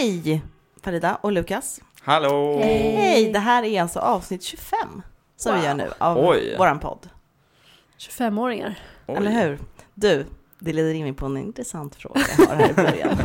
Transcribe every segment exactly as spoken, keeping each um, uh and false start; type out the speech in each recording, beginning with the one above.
Hej Farida och Lukas. Hallå! Hej! Hej. Det här är alltså avsnitt tjugofem som wow. vi gör nu av Oj. våran podd. tjugofemåringar. Oj. Eller hur? Du, det leder in på en intressant fråga jag har här i början.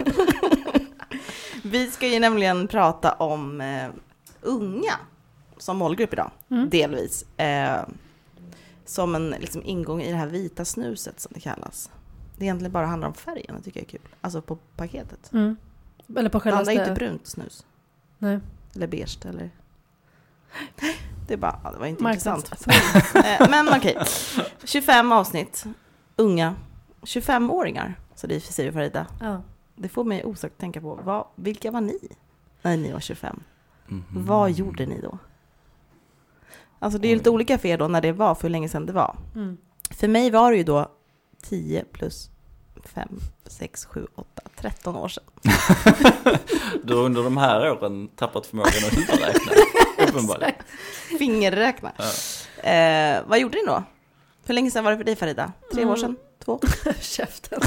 Vi ska ju nämligen prata om eh, unga som målgrupp idag, mm. delvis. Eh, som en liksom, ingång i det här vita snuset som det kallas. Det egentligen bara handlar om färgen, tycker jag är kul. Alltså på paketet. Mm. Eller på själva. Det är inte brunt snus. Nej. Eller beige, eller... Det är bara, det var inte Marknads. intressant. Men okej. Okay. tjugofem avsnitt. Unga. tjugofemåringar. Så det är för sig Farida. Ja. Det får mig osökt tänka på, vad, vilka var ni när ni var tjugofem? Mm-hmm. Vad gjorde ni då? Alltså det är ju lite olika för er då när det var, för hur länge sedan det var. Mm. För mig var det ju då tio plus fem, sex, sju, åtta, tretton år sedan. Du har under de här åren tappat förmågan att huvudräkna. Uppenbarligen. Fingerräkna. Ja. Eh, vad gjorde ni då? Hur länge sedan var det för dig Farida? Tre mm. år sedan? Två? Käften.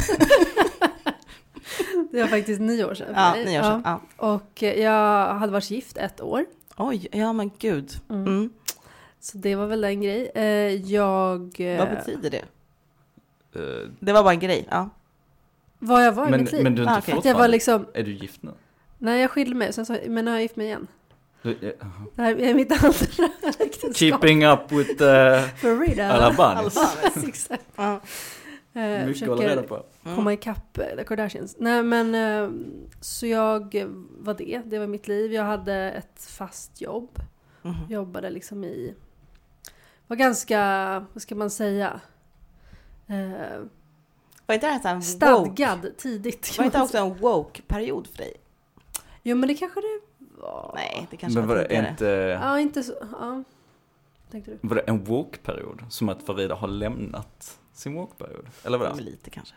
Det var faktiskt nio år sedan. Ja, nio år sedan. Ja. Ja. Och jag hade varit gift ett år. Oj, ja men gud. Mm. Mm. Så det var väl en grej. Eh, jag... Vad betyder det? Uh, det var bara en grej, ja. Vad jag var men, i mitt liv. Men du är inte ah, okay. jag var liksom... Är du gift nu? Nej, jag skilde mig. Sen så, men nu har jag gift mig igen. Du, uh-huh. Det här är mitt andra äktenskap. Keeping up with uh, Alabanis. Exakt. Ja. Uh, Mycket att reda på. Mm. Komma ikapp The Kardashians. Nej, men uh, så jag var det. Det var mitt liv. Jag hade ett fast jobb. Mm. Jobbade liksom i... Var ganska, vad ska man säga... Uh, var inte det här stadgad woke? Tidigt. Var inte också en woke-period för dig? Jo, men det kanske det var. Nej, det kanske men var, var det inte... Ja, inte så... Ja. Tänkte du? Var det en woke-period? Som att Farida har lämnat sin woke-period? Eller vad? Lite kanske.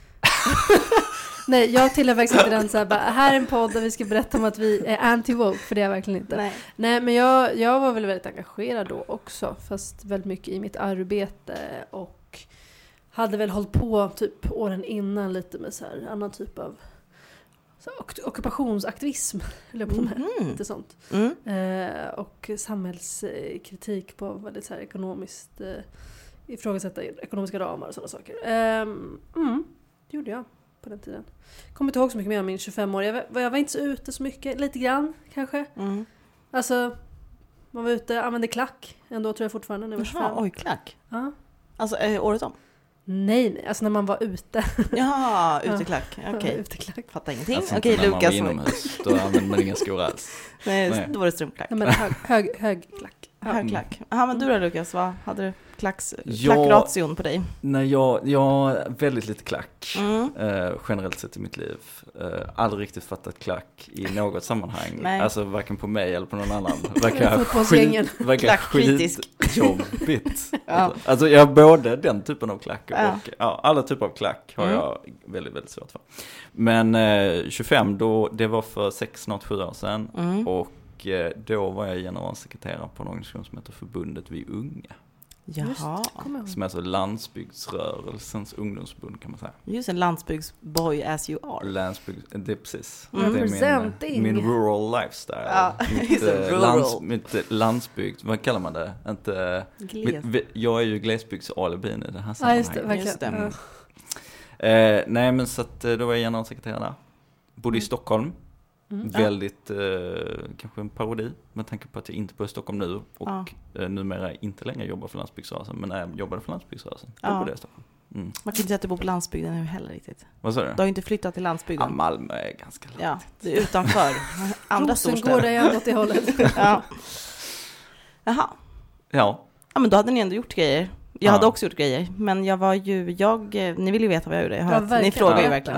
Nej, jag tillhör faktiskt inte den så här, bara, här är en podd där vi ska berätta om att vi är anti-woke, för det är jag verkligen inte. Nej, Nej men jag, jag var väl väldigt engagerad då också, fast väldigt mycket i mitt arbete och hade väl hållit på typ åren innan lite med så här annan typ av så ok- ockupationsaktivism, eller på med, mm. lite sånt. Mm. Eh, och samhällskritik på väldigt så här ekonomiskt eh, ifrågasätta ekonomiska ramar och sådana saker. Eh, mm, det gjorde jag på den tiden. Kommer inte ihåg så mycket mer om min tjugofem år. Jag var, jag var inte så ute så mycket. Lite grann, kanske. Mm. Alltså, man var ute, använde klack. Ändå tror jag fortfarande när jag var tjugofem. Jaha, oj, klack. Ja. Alltså, är året om? Nej, nej. Alltså när man var ute. Ja, uteklack. Okej. Okay. Uteklack. Fattar ingenting. Alltså Okej, okay, Lukas. Man var inomhus, då använde man inga skor alls. Nej, nej, då var det strumpklack. Ja, men hög, hög, hög klack. Hög klack. Jaha, men du då Lukas, vad hade du klacks, klackration på dig? Nej, jag, jag har väldigt lite klack mm. eh, generellt sett i mitt liv. Eh, aldrig riktigt fattat klack i något sammanhang. Nej. Alltså varken på mig eller på någon annan. Verkar skit, verkar skitjobbigt. Ja. Alltså, alltså jag har både den typen av klack och ja. Ja, alla typer av klack har mm. jag väldigt, väldigt svårt för. Men eh, tjugofem, då, det var för sex, snart sju år sedan. Mm. Och då var jag generalsekreterare på en organisation som heter Förbundet Vi Unga. Jaha. Som är alltså landsbygdsrörelsens ungdomsförbund kan man säga. Just en landsbygdsboy as you are. Landsbygds, det är precis. Mm. Det är min, min rural lifestyle. Ja, mitt, rural. Lands, mitt landsbygd, vad kallar man det? Inte, mitt, jag är ju glesbygds-alibi i det här sammanhanget. Ja, just det, verkligen. Just det. Mm. Eh, nej, men så att då var jag generalsekreterare där. Bodde i Stockholm. Mm. Väldigt, eh, kanske en parodi med tanke på att jag inte bor i Stockholm nu och ja. eh, numera inte längre jobbar för landsbygdsrörelsen, men när jag jobbade för landsbygdsrörelsen då ja. bodde jag i Stockholm. Mm. Man kan inte säga att du bor på landsbygden nu heller riktigt. Vad sa du? Du har ju inte flyttat till landsbygden. Ja, Malmö är ganska långt. Ja, det är utanför. Andra storstäder. Rosengård är ändå till hållet. Ja. Jaha. Ja. Ja, men då hade ni ändå gjort grejer. Jag ja. hade också gjort grejer, men jag var ju, jag, ni vill ju veta vad jag gjorde. Jag hör ja, att ni frågar ju verkligen.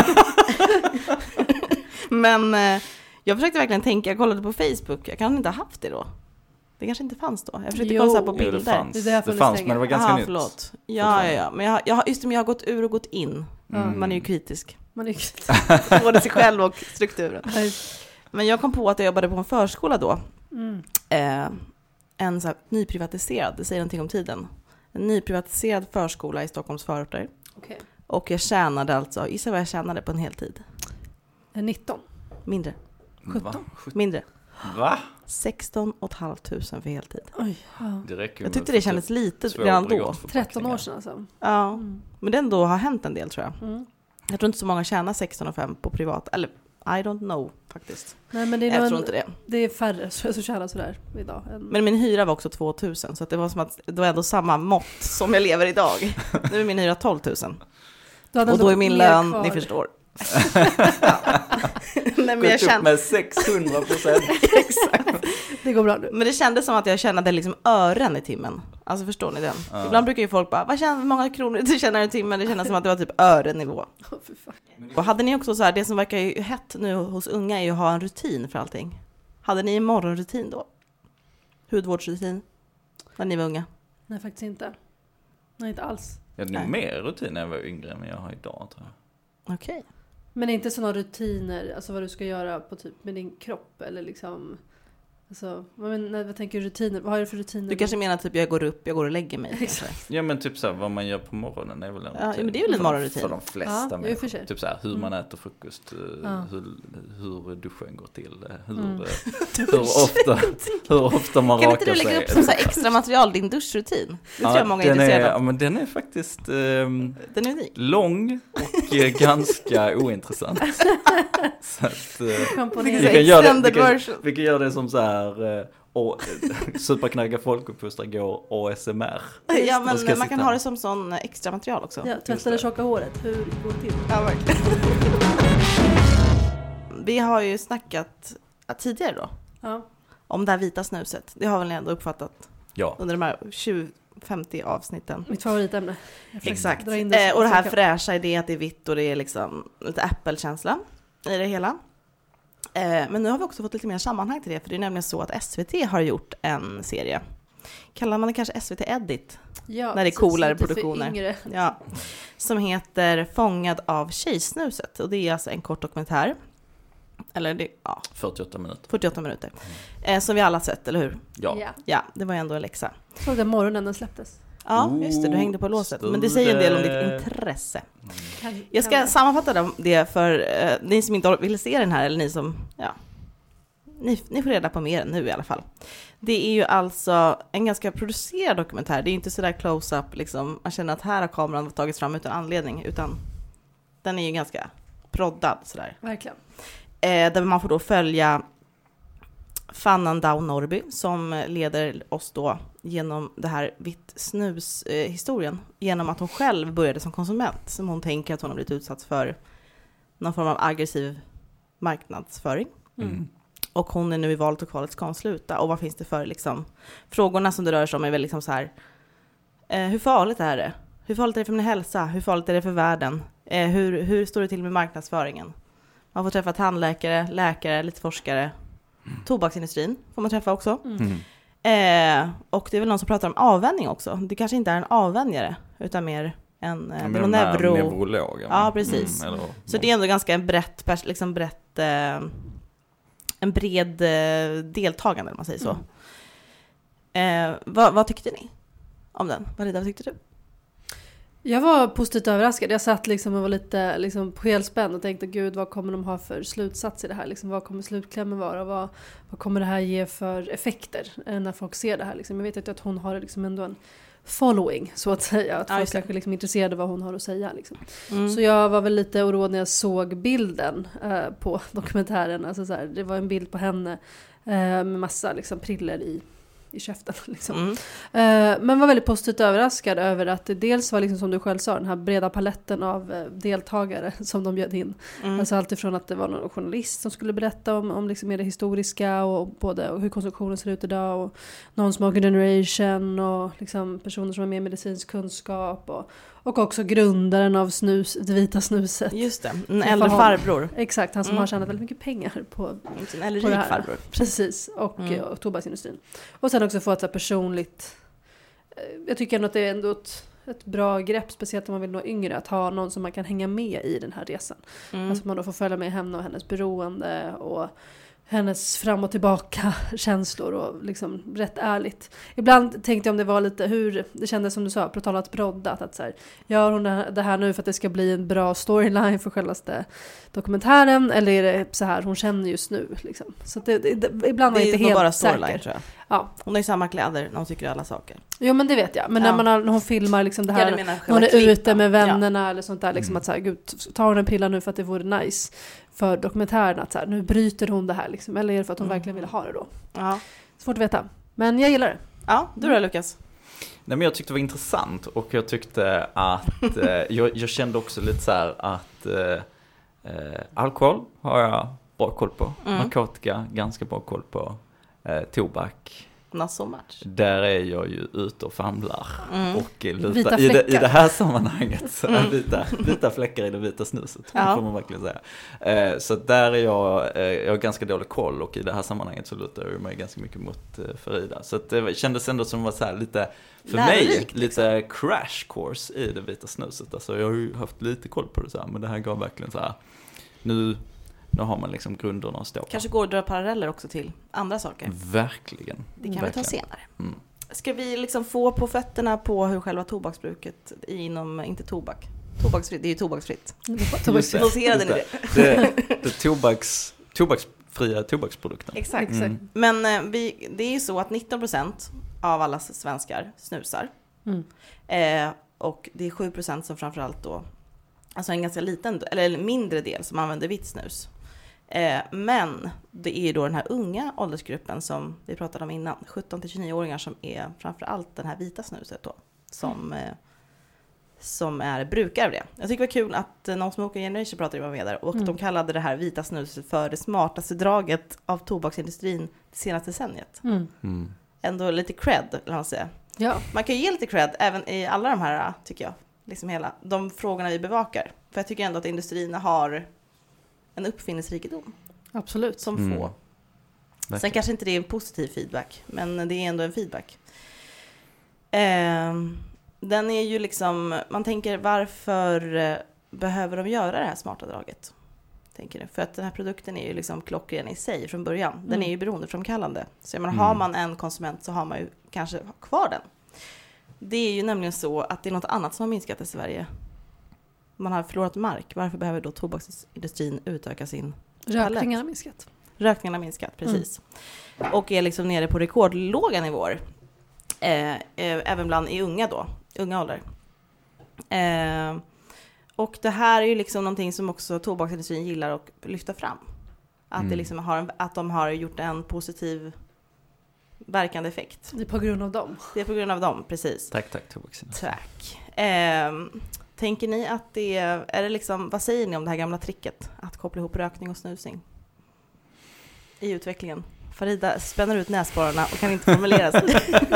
Men eh, jag försökte verkligen tänka, jag kollade på Facebook, jag kan inte ha haft det då. Det kanske inte fanns då. Jag försökte jo, kolla på bilder. Jo, det fanns, det, det fanns men det var ganska Aha, nytt. Förlåt. Ja, ja, ja. Men jag har, jag har, just det, men jag har gått ur och gått in. Mm. Man är ju kritisk. Man är kritisk. Både sig själv och strukturen. Men jag kom på att jag jobbade på en förskola då. Mm. Eh, en så här nyprivatiserad, det säger någonting om tiden. En nyprivatiserad förskola i Stockholms förorter. Okay. Och jag tjänade alltså, gissa vad jag tjänade på en heltid? nitton. Mindre. sjutton? Mindre. Va? sexton och ett halvt tusen för heltid. Oj, ja. Det räcker. Jag tyckte det kändes lite redan då. tretton år sedan alltså. Ja, mm. Men det ändå har hänt en del tror jag. Mm. Jag tror inte så många tjänar sexton och fem på privat. Eller, I don't know faktiskt. Nej, men det är jag någon, tror inte det. Det är färre som tjänar sådär idag. Än... Men min hyra var också tvåtusen. Så att det var som att det var ändå samma mått som jag lever idag. Nu är min hyra tolvtusen. Och då är min lön, kvar. Ni förstår. Nej, men jag kände... med sexhundra procent. Exakt. Det går bra nu. Men det kändes som att jag tjänade liksom ören i timmen. Alltså förstår ni den? Ja. Ibland brukar ju folk bara, vad tjänar, hur många kronor du tjänar i timmen? Det kändes som att det var typ örenivå. Oh, och hade ni också så här, det som verkar ju hett nu hos unga är ju att ha en rutin för allting. Hade ni en morgonrutin då? Hudvårdsrutin? När ni var unga? Nej, faktiskt inte. Nej, inte alls. Jag hade nog mer rutin när jag var yngre än jag har idag, tror jag. Okej. Okay. Men inte sådana rutiner, alltså vad du ska göra på typ med din kropp eller liksom, alltså, vad, men, vad tänker du rutiner? Vad har du för rutiner? Du kanske menar typ jag går upp, jag går och lägger mig. Ja, men typ så här, vad man gör på morgonen är väl en rutin. Ja, men det är väl en morgonrutin. För de flesta ja, människor. Typ så här, hur man äter frukost, ja. hur, hur duschen går till, hur, mm. hur, ofta, hur ofta man kan rakar sig. Kan inte du lägga upp som så här extra material, din duschrutin? Det tror ja, jag många är intresserade av. Ja, men den är faktiskt um, den är unik. Lång och uh, ganska ointressant. Så att, uh, vi, vi, kan göra det, vi, kan, vi kan göra det som så här... Uh, och superknagga folkuppfostrar går A S M R. Ja, men man kan ha det som sån extra material också. Ja, tvätta det tjocka håret. Hur går det till? Ja, verkligen. Vi har ju snackat tidigare då. Ja. Om det här vita snuset. Det har väl ni ändå uppfattat? Ja. Under de här tjugo femtio avsnitten. Mitt favoritämne. Exakt. Det eh, och det här fräscha är det att det är vitt och det är liksom lite Apple-känsla i det hela. Men nu har vi också fått lite mer sammanhang till det. För det är nämligen så att S V T har gjort en serie. Kallar man det kanske S V T Edit? Ja, när det är coolare produktioner. Ja, som heter Fångad av tjejsnuset. Och det är alltså en kort dokumentär. Eller det, ja. fyrtioåtta minuter. fyrtioåtta minuter. Eh, som vi alla sett, eller hur? Ja. Ja, det var ju ändå en läxa. Såg den morgonen den släpptes. Ja, just det. Du hängde på låset. Men det säger en del om ditt intresse. Mm. Jag ska sammanfatta det för eh, ni som inte vill se den här, eller ni som, ja, ni, ni får reda på mer nu i alla fall. Det är ju alltså en ganska producerad dokumentär. Det är inte sådär close-up, liksom, man känner att här har kameran tagits fram utan anledning, utan den är ju ganska proddad sådär. Verkligen. Eh, där man får då följa Fannan Dow Norby som leder oss då genom det här vitt snus eh, historien, genom att hon själv började som konsument, som hon tänker att hon har blivit utsatt för någon form av aggressiv marknadsföring. Mm. Och hon är nu i valet och kvalet, ska hon sluta? Och vad finns det för liksom, frågorna som det rör sig om är väl liksom så här, eh, hur farligt är det? Hur farligt är det för min hälsa? Hur farligt är det för världen? Eh, hur, hur står det till med marknadsföringen? Man får träffa tandläkare, läkare, lite forskare. Mm. Tobaksindustrin får man träffa också. Mm. Eh, och det är väl någon som pratar om avvänjning också. Det kanske inte är en avvänjare, utan mer en eh, ja, neuro... neurolog. Ja, precis. Mm, eller... Så det är ändå ganska en brett, pers- liksom brett eh, en bred eh, deltagande, om man säger så. Mm. Eh, vad, vad tyckte ni om den? Vad, vad tyckte du? Jag var positivt överraskad. Jag satt liksom och var lite liksom på helspänn och tänkte, gud, vad kommer de ha för slutsats i det här? Liksom, vad kommer slutklämmen vara? Vad, vad kommer det här ge för effekter när folk ser det här? Liksom, jag vet inte att hon har liksom ändå en following, så att säga. Att folk kanske liksom är intresserade av vad hon har att säga. Liksom. Mm. Så jag var väl lite oroad när jag såg bilden eh, på dokumentären. Alltså, så här, det var en bild på henne eh, med massa liksom, priller i i käften liksom. Mm. Uh, men var väldigt positivt överraskad över att det dels var liksom, som du själv sa, den här breda paletten av uh, deltagare som de bjöd in. Mm. Alltså allt ifrån att det var någon journalist som skulle berätta om, om liksom det historiska och både och hur konsumtionen ser ut idag, och någon smoker generation och liksom personer som har mer medicinsk kunskap och, och också grundaren av snus, det vita snuset. Just det, en äldre farbror. Exakt, han som mm. har tjänat väldigt mycket pengar på, en äldre rik farbror. Precis, och, mm. och tobaksindustrin. Och sen också få ett så här personligt, jag tycker ändå att det är ändå ett, ett bra grepp, speciellt om man vill nå yngre, att ha någon som man kan hänga med i den här resan. Mm. Alltså att man då får följa med henne och hennes beroende och hennes fram och tillbaka känslor och liksom rätt ärligt. Ibland tänkte jag om det var lite hur, det kändes som du sa, brutalat broddat, att så här, gör hon det här nu för att det ska bli en bra storyline för självaste dokumentären, eller är det så här hon känner just nu liksom. Så det, det, ibland var jag inte helt bara storyline, säker. Tror jag. Ja. Hon har ju samma kläder när hon tycker alla saker. Jo, men det vet jag. Men ja. när, man har, när hon filmar liksom det här, ja, hon är klippa. ute med vännerna ja. eller sånt där, liksom mm. att så här, gud, tar hon en pilla nu för att det vore nice för dokumentären, att så här, nu bryter hon det här liksom, eller är det för att hon mm. verkligen ville ha det då? Ja. Svårt att veta. Men jag gillar det. Ja, du då Lukas? Nej, men jag tyckte det var intressant, och jag tyckte att eh, jag, jag kände också lite så här att eh, eh, alkohol har jag bra koll på, mm. narkotika ganska bra koll på, eh, tobak. Not so much. Där är jag ju ute och famlar mm. och lutar i det, i det här sammanhanget så mm. vita, vita fläckar i det vita snuset, ja. får man verkligen säga. Eh, så där är jag, eh, jag har ganska dålig koll, och i det här sammanhanget så lutar jag mig ganska mycket mot eh, Farida. Så att det kändes ändå som var så här lite, för Lärorikt, mig, lite liksom. Crash course i det vita snuset. Alltså jag har ju haft lite koll på det så här, men det här gav verkligen så här, nu... Nu har man liksom grunderna att stå på. Kanske går att dra paralleller också till andra saker. Verkligen. Det kan Verkligen. vi ta senare. Mm. Ska vi liksom få på fötterna på hur själva tobaksbruket inom, inte tobak. Tobaksfritt, det är ju tobaksfritt. Tobaksfritt. Noterade ni det? Det, det tobaks, tobaksfria tobaksprodukten. Exakt. Mm. Men eh, vi, det är ju så att nitton procent av alla svenskar snusar. Mm. Eh, och det är sju procent som framförallt då, alltså en ganska liten, eller mindre del som använder vitt snus. Eh, men det är ju då den här unga åldersgruppen som vi pratade om innan, sjutton till tjugonio-åringar, som är framförallt den här vita snuset då, som, eh, som är brukare av det. Jag tycker det var kul att eh, No Smoking Generation pratade med där, och mm. de kallade det här vita snuset för det smartaste draget av tobaksindustrin det senaste decenniet. Mm. Mm. Ändå lite cred, eller man säger. Ja. Man kan ju ge lite cred även i alla de här, tycker jag, liksom hela de frågorna vi bevakar. För jag tycker ändå att industrin har en uppfinningsrikedom. Absolut. Som mm. få. Verkligen. Sen kanske inte det är en positiv feedback, men det är ändå en feedback. Eh, den är ju liksom, man tänker, varför eh, behöver de göra det här smarta draget? Tänker du? För att den här produkten är ju liksom klockren i sig från början. Den mm. är ju beroendeframkallande. Så jag menar, mm. har man en konsument så har man ju kanske kvar den. Det är ju nämligen så att det är något annat som har minskat i Sverige. Man har förlorat mark. Varför behöver då tobaksindustrin utöka sin Rökningen har minskat. Rökningen har minskat, precis. Mm. Och är liksom nere på rekordlåga nivåer. Eh, eh, även bland i unga då. Unga ålder. Eh, och det här är ju liksom någonting som också tobaksindustrin gillar att lyfta fram. Att, mm. det liksom har en, att de har gjort en positiv verkande effekt. Det är på grund av dem. Det är på grund av dem, precis. Tack, tack tobaksindustrin. Tack. Eh, Tänker ni att det är, är det liksom, vad säger ni om det här gamla tricket att koppla ihop rökning och snusing i utvecklingen? Farida spänner ut näsborrarna och kan inte formulera sig.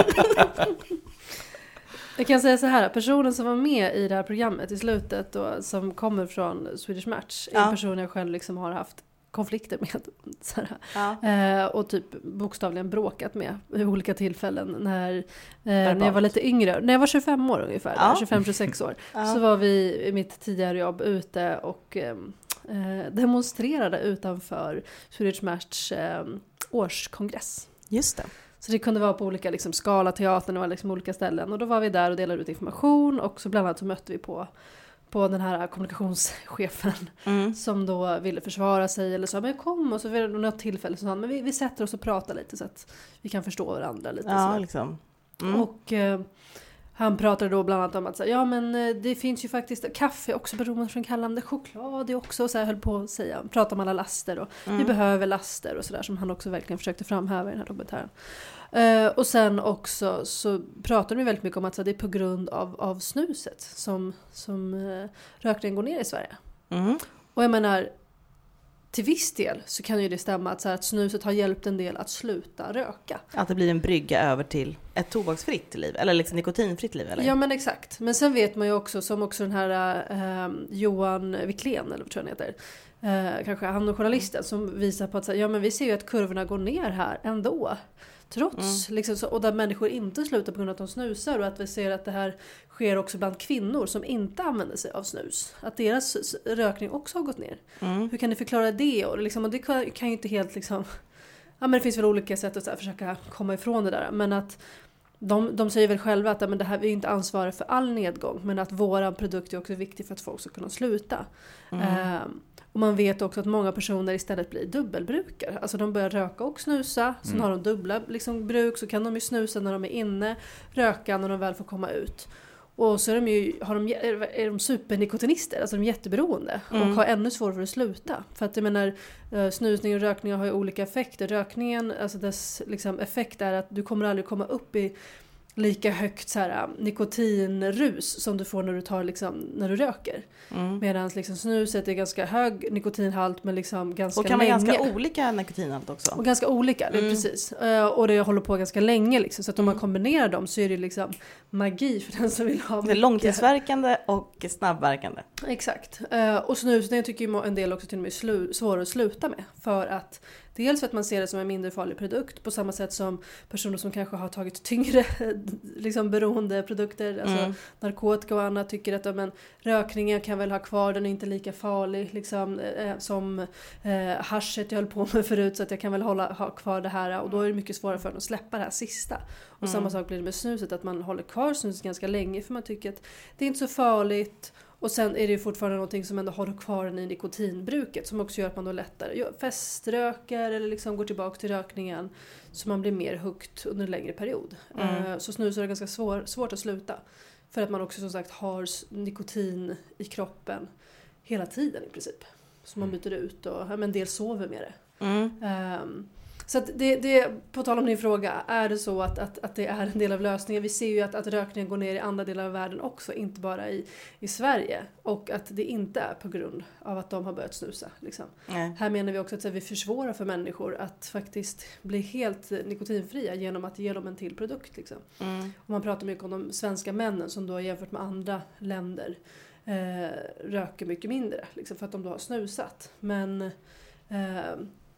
Jag kan säga så här, personen som var med i det här programmet i slutet och som kommer från Swedish Match är ja. en person jag själv liksom har haft konflikter med så här. Ja. Eh, och typ bokstavligen bråkat med i olika tillfällen när, eh, när jag var lite yngre, när jag var tjugofem år ungefär, ja. tjugofem till tjugosex år, ja. så var vi i mitt tidigare jobb ute och eh, demonstrerade utanför Swedish Match eh, årskongress. Just det. Så det kunde vara på olika liksom, Skala teatern och liksom olika ställen, och då var vi där och delade ut information, och så bland annat så mötte vi på på den här kommunikationschefen mm. som då ville försvara sig eller så, men kom, och så vid något tillfälle så han, men vi, vi sätter oss och pratar lite så att vi kan förstå varandra lite. Ja, så. Liksom. Mm. Och eh, han pratade då bland annat om att så, ja men eh, det finns ju faktiskt kaffe också beroendeframkallande, choklad är också, och så här höll på att säga, prata om alla laster och mm. vi behöver laster och sådär, som han också verkligen försökte framhäva i den här dokumentären. Uh, och sen också så pratar vi väldigt mycket om att så, det är på grund av, av snuset som, som uh, rökningen går ner i Sverige. Mm. Och jag menar, till viss del så kan ju det stämma att, så här, att snuset har hjälpt en del att sluta röka. Att det blir en brygga över till ett tobaksfritt liv, eller liksom nikotinfritt liv, eller? Ja, men exakt. Men sen vet man ju också, som också den här uh, Johan Wiklén, eller vad tror jag han heter, Uh, kanske han och journalisten som visar på att så, ja, men vi ser ju att kurvorna går ner här ändå. trots mm. liksom, så, och där människor inte slutar på grund av att de snusar, och att vi ser att det här sker också bland kvinnor som inte använder sig av snus. Att deras rökning också har gått ner. Mm. Hur kan ni förklara det? Och, liksom, och det kan, kan ju inte helt liksom... Ja, men det finns väl olika sätt att så här, försöka komma ifrån det där. Men att de, de säger väl själva att men det här, vi är inte ansvariga för all nedgång. Men att våra produkt är också viktig för att folk ska kunna sluta. Mm. Um, och man vet också att många personer istället blir dubbelbrukare. Alltså de börjar röka och snusa. Sen mm. har de dubbla liksom, bruk, så kan de ju snusa när de är inne. Röka när de väl får komma ut. Och så är de ju har de, är de supernikotinister, alltså de är jätteberoende mm. och har ännu svårare för att sluta. För att jag menar, snusning och rökning har ju olika effekter. Rökningen, alltså dess liksom, effekt är att du kommer aldrig komma upp i lika högt så här, nikotinrus som du får när du tar liksom, när du röker. Mm. Medan liksom, snuset är ganska hög nikotinhalt men liksom ganska länge. Och kan vara ganska olika nikotinhalt också. Och ganska olika, det är mm. precis. Uh, och det håller på ganska länge liksom. Så att om man kombinerar dem så är det liksom magi för den som vill ha mycket. Det är långtidsverkande och snabbverkande. Exakt. Uh, och snusning tycker ju en del också till och med är slu- svårare att sluta med. För att dels för att man ser det som en mindre farlig produkt på samma sätt som personer som kanske har tagit tyngre liksom beroende produkter, alltså mm. narkotika och annat tycker att men, rökningen kan väl ha kvar, den är inte lika farlig liksom, eh, som eh, haschet jag höll på med förut, så att jag kan väl hålla, ha kvar det här, och då är det mycket svårare för en att släppa det här sista. Och mm. samma sak blir det med snuset, att man håller kvar snuset ganska länge för man tycker att det är inte så farligt. Och sen är det ju fortfarande någonting som ändå håller kvar i nikotinbruket som också gör att man då lättare feströker eller liksom går tillbaka till rökningen så man blir mer hooked under en längre period. Mm. Så snus är det ganska svår, svårt att sluta för att man också som sagt har nikotin i kroppen hela tiden i princip. Så man byter ut och en del sover med det. Mm. Um, Så att det, det, på tal om din fråga, är det så att, att, att det är en del av lösningen? Vi ser ju att, att rökningen går ner i andra delar av världen också, inte bara i, i Sverige. Och att det inte är på grund av att de har börjat snusa. Liksom. Här menar vi också att vi försvårar för människor att faktiskt bli helt nikotinfria genom att ge dem en till produkt. Liksom. Mm. Och man pratar mycket om de svenska männen som då jämfört med andra länder eh, röker mycket mindre. Liksom, för att de då har snusat. Men... Eh,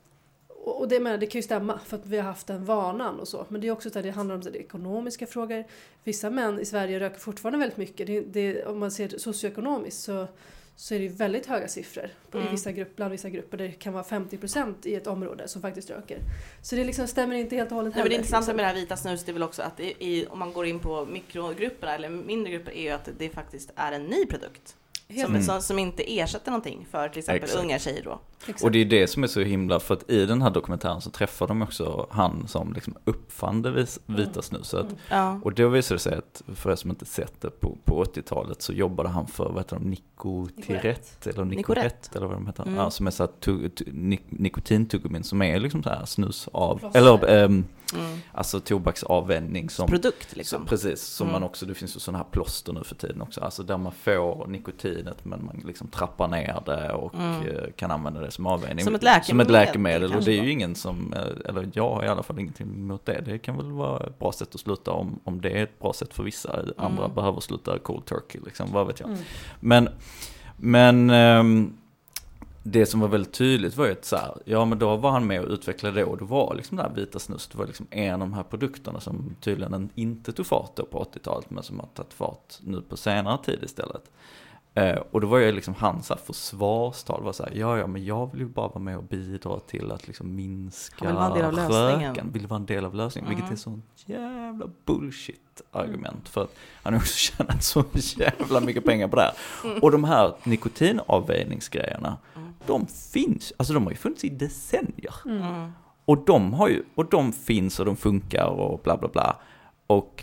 Och det, menar, det kan ju stämma för att vi har haft den vanan och så. Men det är också att det handlar om det ekonomiska frågor. Vissa män i Sverige röker fortfarande väldigt mycket. Det, det, om man ser socioekonomiskt så, så är det väldigt höga siffror på, mm. i vissa grupp, bland vissa grupper. Det kan vara femtio procent i ett område som faktiskt röker. Så det liksom stämmer inte helt och hållet heller. Nej, men det intressanta med det här vita snuset är väl också att det är, om man går in på mikrogrupperna eller mindre grupper är ju att det faktiskt är en ny produkt. Som, mm. som, som inte ersätter någonting för till exempel Exakt. unga tjejer då. Exakt. Och det är det som är så himla, för att i den här dokumentären så träffar de också han som liksom uppfann det vis, vita snuset. Mm. Ja. Och då visar det sig att, för er som inte sett det, på, på åttiotalet så jobbade han för, vad heter de, Nicotirett eller Nicorette eller vad de heter. Mm. Ja, som är så här tu, tu, nik, nikotintuggumin som är liksom så här snus av, Plåster. eller ähm, mm. alltså tobaksavvänjning som produkt liksom. Som, precis, som mm. man också, det finns ju sådana här plåster nu för tiden också, alltså där man får nikotinet men man liksom trappar ner det och mm. kan använda det som avvänjning. Som ett läkemedel. Som ett läkemedel. Och det är ju ingen som, eller jag har i alla fall ingenting emot det. Det kan väl vara ett bra sätt att sluta om, om det är ett bra sätt för vissa. Andra mm. behöver sluta cold turkey, liksom, vad vet jag. Mm. Men, men um, det som var väldigt tydligt var ju att så här, ja men då var han med och utvecklade det, och det var liksom det här vita snus, det var liksom en av de här produkterna som tydligen inte tog fart då på åttiotalet men som har tagit fart nu på senare tid istället. Uh, och då var ju liksom hans försvarstal var så här, ja ja men jag vill ju bara vara med och bidra till att liksom minska vill vara en del av lösningen. Röken, vill vara en del av lösningen, mm. vilket är sån jävla bullshit argument mm. för att han har också tjänat så jävla mycket pengar på det här. Mm. Och de här nikotinavvägningsgrejerna, mm. de finns, alltså de har ju funnits i decennier. Mm. Och de har ju, och de finns och de funkar och bla bla bla. Och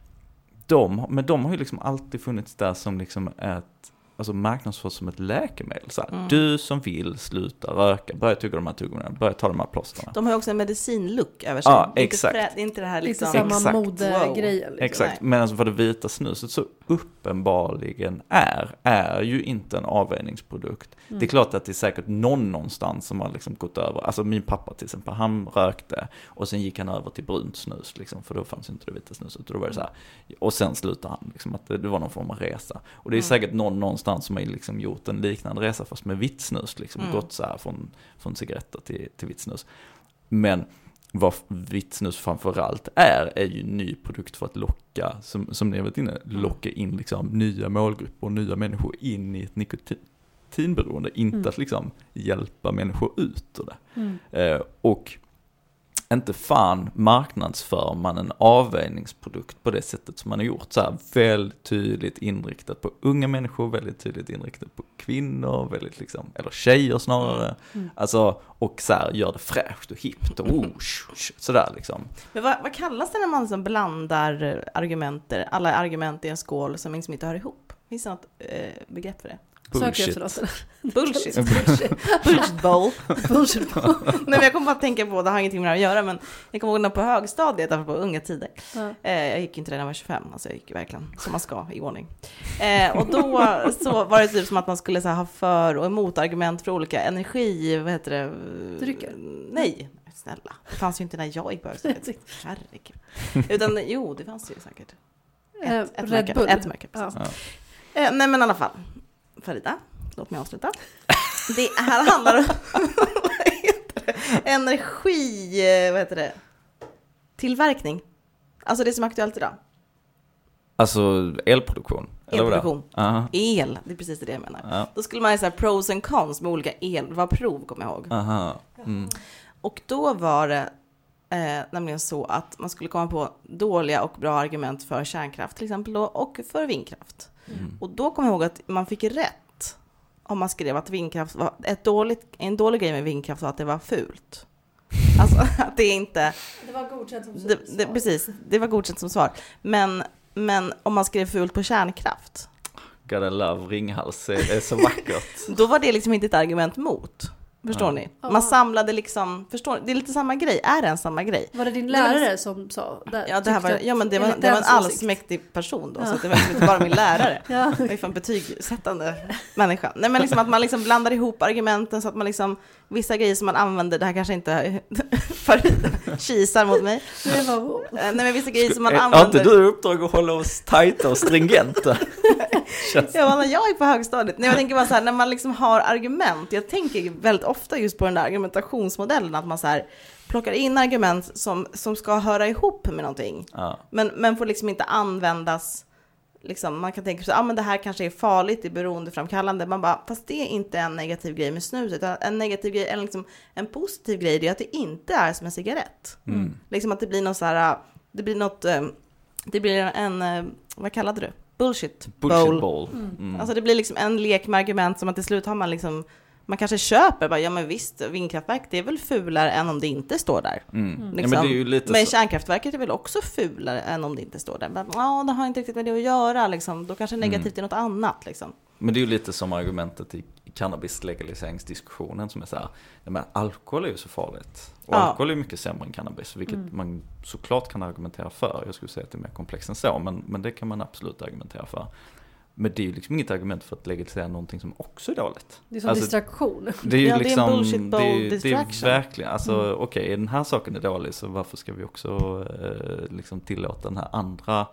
de, men de har ju liksom alltid funnits där som liksom ett, alltså marknadsförs som ett läkemedel. Så här, mm. du som vill sluta röka, börja tugga de här tuggorna, börja ta de här plåsterna. De har ju också en medicinlook över sig. Ja, exakt. Det är inte det här liksom... Lite samma modegrejen. Liksom. Exakt, men alltså vad det vita snuset så uppenbarligen är, är ju inte en avvänjningsprodukt. Mm. Det är klart att det är säkert någon någonstans som har liksom gått över. Alltså min pappa till exempel, han rökte och sen gick han över till brunt snus liksom, för då fanns inte det vita snuset. Och, då var det så här, och sen slutade han liksom, att det, det var någon form av resa. Och det är mm. säkert någon någonstans som har liksom gjort en liknande resa fast med vitt snus liksom, mm. gått så här från, från cigaretter till, till vitt snus. Men vad vitt snus framförallt är, är ju en ny produkt för att locka, som, som ni har varit inne, locka in liksom nya målgrupper och nya människor in i ett nikotinberoende, inte mm. att liksom hjälpa människor ut ur det. Mm. Eh, och inte fan marknadsför man en avvägningsprodukt på det sättet som man har gjort. Så här väldigt tydligt inriktat på unga människor, väldigt tydligt inriktat på kvinnor, väldigt liksom, eller tjejer snarare. Mm. Alltså, och så här gör det fräscht och hippt och oh, sådär liksom. Men vad, vad kallas det när man som blandar argumenter, alla argument i en skål som liksom inte hör ihop? Finns det något eh, begrepp för det? Bullshit. Bullshit. Bullshit. Bullshit bowl. Bullshit bowl. Nej, men jag kommer bara att tänka på, det har ingenting med det att göra, men jag kommer ihåg när på högstadiet, därför på unga tider. Ja. Eh, jag gick inte redan när jag var tjugofem, alltså jag gick verkligen som man ska i ordning. Eh, och då så var det typ som att man skulle så här, ha för och emot argument för olika energi, vad heter det? Drycker? Nej, snälla. Det fanns ju inte när jag gick på högstadiet. Herregud. Utan jo, det fanns ju säkert. Ett, ett Red Bull. Ett märke, precis. Ja. Eh, nej, men i alla fall. Farida, låt mig avsluta. Det här handlar om vad heter det? energi, vad heter det? Tillverkning. Alltså det som är aktuellt idag. Alltså elproduktion. Elproduktion. Uh-huh. El, det är precis det jag menar. Uh-huh. Då skulle man ha så här pros and cons med olika el. Det var prov, kommer jag ihåg. Uh-huh. Mm. Och då var det eh, nämligen så att man skulle komma på dåliga och bra argument för kärnkraft till exempel då, och för vindkraft. Mm. Och då kommer jag ihåg att man fick rätt om man skrev att vindkraft var ett dåligt, en dålig grej med vindkraft var att det var fult. Alltså att det inte... Det var godkänt som det, det, precis, det var godkänt som svar. Men, men om man skrev fult på kärnkraft... Gotta love Ringhals, det är så vackert. Då var det liksom inte ett argument mot. Förstår ja. ni? Man samlade liksom, förstår det är lite samma grej. Är det en samma grej? Var det din lärare det, som sa? Där, ja, det här var, ja, men det var, det var en allsmäktig person då, ja. Så det var inte bara min lärare. Ja. Jag är fan betygsättande människa. Nej, men liksom att man liksom blandar ihop argumenten så att man liksom, vissa grejer som man använder, det här kanske inte Farida kisar mot mig. Det var... Nej, men vissa grejer som man använder... Har inte du uppdrag att hålla oss tajta och stringenta? Ja, när jag är på högstadiet. Nej, jag tänker bara så här, när man liksom har argument, jag tänker väldigt ofta just på den där argumentationsmodellen, att man så här plockar in argument som, som ska höra ihop med någonting. Ja. Men, men får liksom inte användas, liksom, man kan tänka så, ah, men det här kanske är farligt, det är beroendeframkallande. Man bara, fast det är inte en negativ grej med snus, utan en negativ grej, eller liksom en positiv grej, det är att det inte är som en cigarett. Mm. Liksom att det blir något så här, det blir något, det blir en, vad kallade du? Bullshit, Bullshit bowl. bowl. Mm. Mm. Alltså det blir liksom en lek med argument som att till slut har man liksom, man kanske köper bara, ja men visst, vindkraftverk det är väl fulare än om det inte står där. Mm. Mm. Liksom. Ja, men det är ju lite men så... kärnkraftverket är väl också fulare än om det inte står där. Men ja, det har inte riktigt med det att göra liksom. Då kanske negativt mm. är något annat liksom. Men det är ju lite som argumentet i cannabis-legaliseringsdiskussionen som är så här, men alkohol är ju så farligt. Och ja. alkohol är mycket sämre än cannabis, vilket mm. man såklart kan argumentera för. Jag skulle säga att det är mer komplext än så, men, men det kan man absolut argumentera för. Men det är ju liksom inget argument för att legalisera någonting som också är dåligt. Det är som alltså, distraktion. Det är ju ja, liksom, det är en bullshit bowl det, distraction. Det är verkligen, alltså mm. okej, okay, den här saken är dålig, så varför ska vi också eh, liksom tillåta den här andra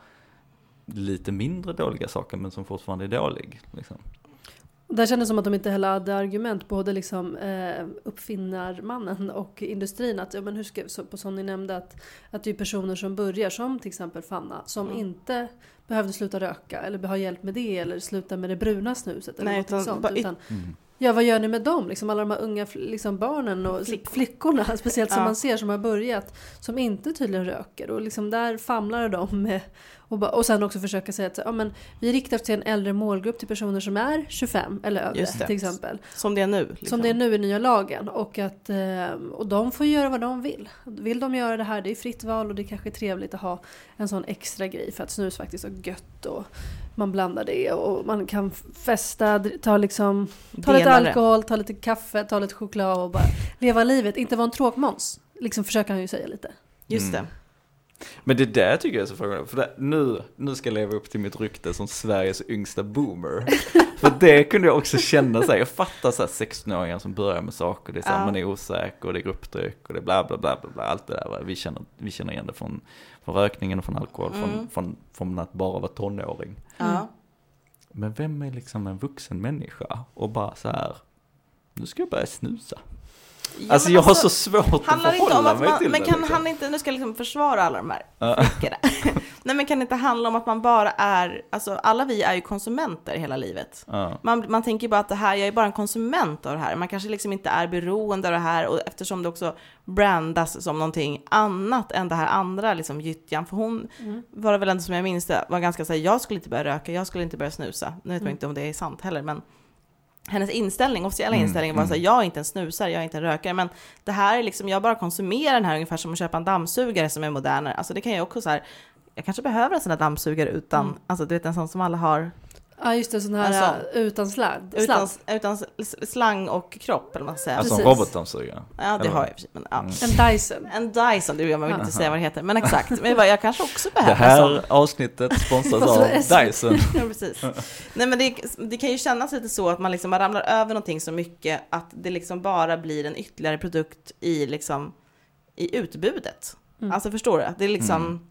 lite mindre dåliga saken, men som fortfarande är dålig liksom. Där kändes det som att de inte heller hade argument, både liksom, eh, uppfinnarmannen och industrin. Att, ja, men hur ska, så, på som ni nämnde, att, att det är personer som börjar, som till exempel Fanna, som mm. inte behövde sluta röka eller ha hjälp med det, eller sluta med det bruna snuset eller något utan, sånt. Utan, mm. ja, vad gör ni med dem? Liksom alla de här unga liksom barnen och Flick. flickorna, speciellt som ja. man ser, som har börjat, som inte tydligen röker. Och liksom där famlar de med, och, bara, och sen också försöka säga att ja, men vi riktar oss till en äldre målgrupp, till personer som är tjugofem eller över till exempel. Som det är nu. Liksom. Som det är nu i nya lagen. Och, att, och de får göra vad de vill. Vill de göra det här, det är fritt val, och det är kanske trevligt att ha en sån extra grej för att snus faktiskt är gött, och man blandar det och man kan festa, ta, liksom, ta lite alkohol, ta lite kaffe, ta lite choklad och bara leva livet. Inte vara en tråkmåns. Liksom försöker han ju säga lite. Just det. Mm. Men det där tycker jag är så frågan. För det, nu, nu ska jag leva upp till mitt rykte som Sveriges yngsta boomer. För det kunde jag också känna så här. Jag fattar så här sexton-åringar som börjar med saker. Det är så här, ja. man är osäker och det är grupptryck och det är bla bla bla bla, bla allt det där. Vi känner, vi känner igen det från, från rökningen och från alkohol. Mm. Från, från, från att bara vara tonåring. Mm. Men vem är liksom en vuxen människa och bara så här, nu ska jag börja snusa. Ja, alltså jag alltså, har så svårt att förhålla inte om att man, mig till men det. kan liksom. han inte, nu ska jag liksom försvara alla de här Nej, men kan det inte handla om att man bara är, alltså alla vi är ju konsumenter hela livet. Uh. Man, man tänker bara att det här, jag är bara en konsument av det här. Man kanske liksom inte är beroende av det här, och eftersom det också brandas som någonting annat än det här andra, liksom gyttjan. För hon mm. var det väl ändå, som jag minns det, var ganska så här, jag skulle inte börja röka, jag skulle inte börja snusa. Nu vet man mm. inte om det är sant heller, men hennes inställning, officiella mm, inställning var mm. så här, jag är inte en snusare, jag är inte en rökare, men det här är liksom, jag bara konsumerar den här ungefär som att köpa en dammsugare som är modernare. Alltså det kan jag också så här, jag kanske behöver en sån här dammsugare utan, mm. alltså du vet en sån som alla har. Ja just det, sån här sån, utan slang. Utan, utan slang och kropp eller vad man ska säga. Alltså en robotdammsugare. Ja, det eller? Har jag för sig, men ja. Mm. En Dyson. En Dyson, det vill jag inte säga vad det heter, men exakt. Men jag kanske också behöver det här sån. Avsnittet sponsras av Dyson. Ja, precis. Nej, men det, det kan ju kännas lite så att man liksom man ramlar över någonting så mycket att det liksom bara blir en ytterligare produkt i liksom i utbudet. Mm. Alltså förstår du? Det är liksom mm.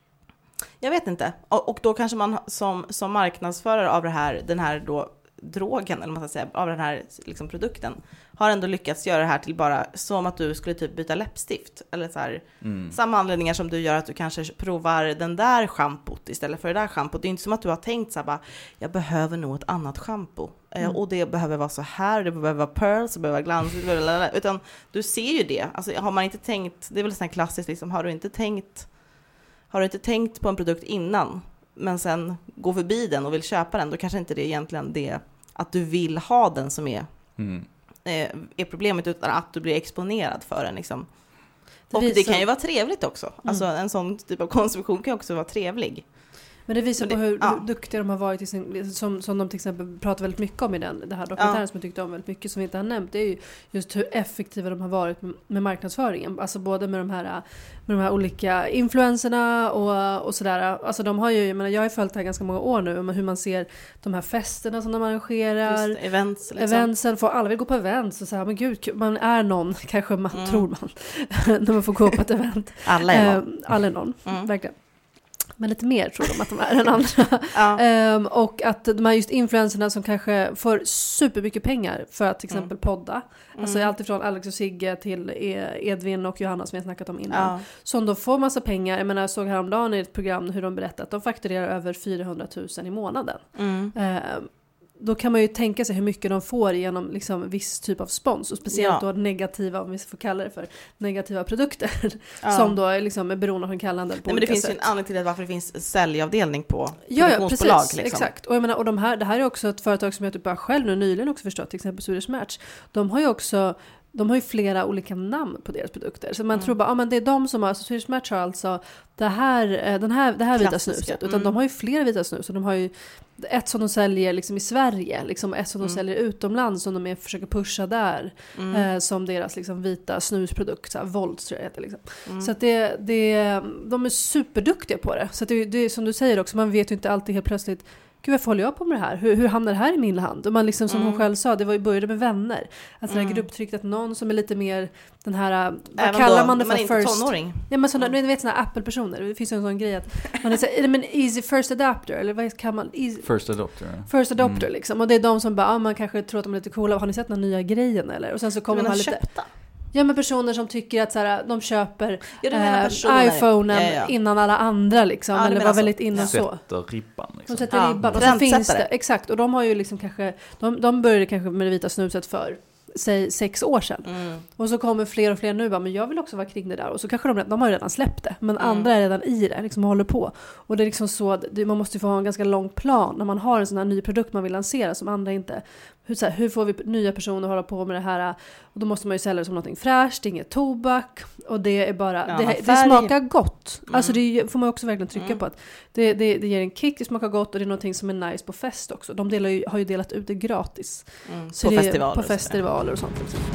jag vet inte. Och, och då kanske man som, som marknadsförare av det här, den här då drogen, eller vad man ska säga, av den här liksom produkten, har ändå lyckats göra det här till bara som att du skulle typ byta läppstift. Eller så här, mm. samma anledningar som du gör att du kanske provar den där schampot istället för det där schampot. Det är inte som att du har tänkt så här bara, jag behöver nog ett annat schampo. Mm. Eh, och det behöver vara så här, det behöver vara pearls, det behöver vara glansigt. Utan du ser ju det. Alltså har man inte tänkt, det är väl sån här klassiskt liksom, har du inte tänkt Har du inte tänkt på en produkt innan, men sen går förbi den och vill köpa den, då kanske inte det är egentligen det att du vill ha den som är, mm. eh, är problemet, utan att du blir exponerad för den. Liksom. Det och visar... det kan ju vara trevligt också. Mm. Alltså en sån typ av konsumtion kan också vara trevlig. Men det visar men det, på hur, ja. hur duktiga de har varit i sin, som, som de till exempel pratar väldigt mycket om i den, det här dokumentären ja. som jag tyckte om väldigt mycket, som vi inte har nämnt, det är ju just hur effektiva de har varit med, med marknadsföringen. Alltså både med de här, med de här olika influencerna och, och sådär. Alltså de har ju, jag menar, jag har ju följt det här ganska många år nu, med hur man ser de här festerna som de arrangerar. Just, events. Liksom. Eventsen, får alla vill gå på events och så här, men gud, man är någon, kanske man mm. tror man, när man får gå på ett event. Alla är någon. Eh, alla är någon, mm. verkligen. Men lite mer tror de att de är än andra. Ja. um, och att de här just influencerna som kanske får supermycket pengar för att till exempel mm. podda. Mm. Alltså allt ifrån Alex och Sigge till Edvin och Johanna som jag snackat om innan. Ja. Som då får massa pengar. Jag menar, jag såg häromdagen i ett program hur de berättade att de fakturerar över fyrahundratusen i månaden. Mm. Um, då kan man ju tänka sig hur mycket de får genom liksom viss typ av spons. Och speciellt ja. då negativa, om vi får kalla det för, negativa produkter. Ja. Som då är, liksom, är beroende av en kallhandel på Nej, men det finns sätt. ju en anledning till varför det finns säljavdelning på ja, ja, precis. Liksom. Exakt. Och, jag menar, och de här, det här är också ett företag som jag typ bara själv nu nyligen också förstått, till exempel Swedish Match. De har ju också... De har ju flera olika namn på deras produkter. Så man mm. tror bara, ja ah, men det är de som har, alltså Swedish Match har alltså det här, den här, det här vita snuset. Utan mm. de har ju flera vita snus. Och de har ju ett som de säljer liksom i Sverige. Liksom ett som mm. de säljer utomlands som de är, försöker pusha där. Mm. Eh, som deras liksom vita snusprodukt. Så här, Volt tror jag heter liksom. Mm. Så att det, det, de är superduktiga på det. Så att det, det som du säger också, man vet ju inte alltid helt plötsligt, gud varför håller jag på med det här? Hur, hur hamnar det här i min hand? Och man liksom, som mm. hon själv sa, det var ju började med vänner. Alltså mm. det här grupptryckt att någon som är lite mer den här, vad Även kallar då, man det för? Man first? Tonåring. Ja men sådana, mm. du vet sådana Apple-personer. Det finns ju en sån grej att man är så här, men easy first adapter, eller vad kan man? Easy, first adopter. First adopter mm. liksom. Och det är de som bara, ah, man kanske tror att de är lite coola. Har ni sett den nya grejen eller? Och sen så kommer man lite... Köpta? Ja, men personer som tycker att så här, de köper ja, äh, iPhonen ja, ja. innan alla andra liksom, ja, eller var alltså, väldigt innan ja. så. Sätter ribban liksom. De sätter ja, ribban och så finns det, exakt, och de har ju liksom kanske, de, de började kanske med det vita snuset för säg sex år sedan. Mm. Och så kommer fler och fler nu bara, men jag vill också vara kring det där. Och så kanske de, de har redan släppt det. Men mm. andra är redan i det, liksom håller på. Och det är liksom så, det, man måste ju få ha en ganska lång plan när man har en sån här ny produkt man vill lansera som andra inte. Hur, så här, hur får vi nya personer hålla på med det här? Och då måste man ju sälja det som något fräscht, det är inget tobak. Och det är bara, ja, det, det smakar gott. Mm. Alltså det får man också verkligen trycka mm. på. Att det, det, det ger en kick, det smakar gott och det är någonting som är nice på fest också. De delar ju, har ju delat ut det gratis. Mm. Så på, det, festivaler, på festivaler och sånt. Liksom.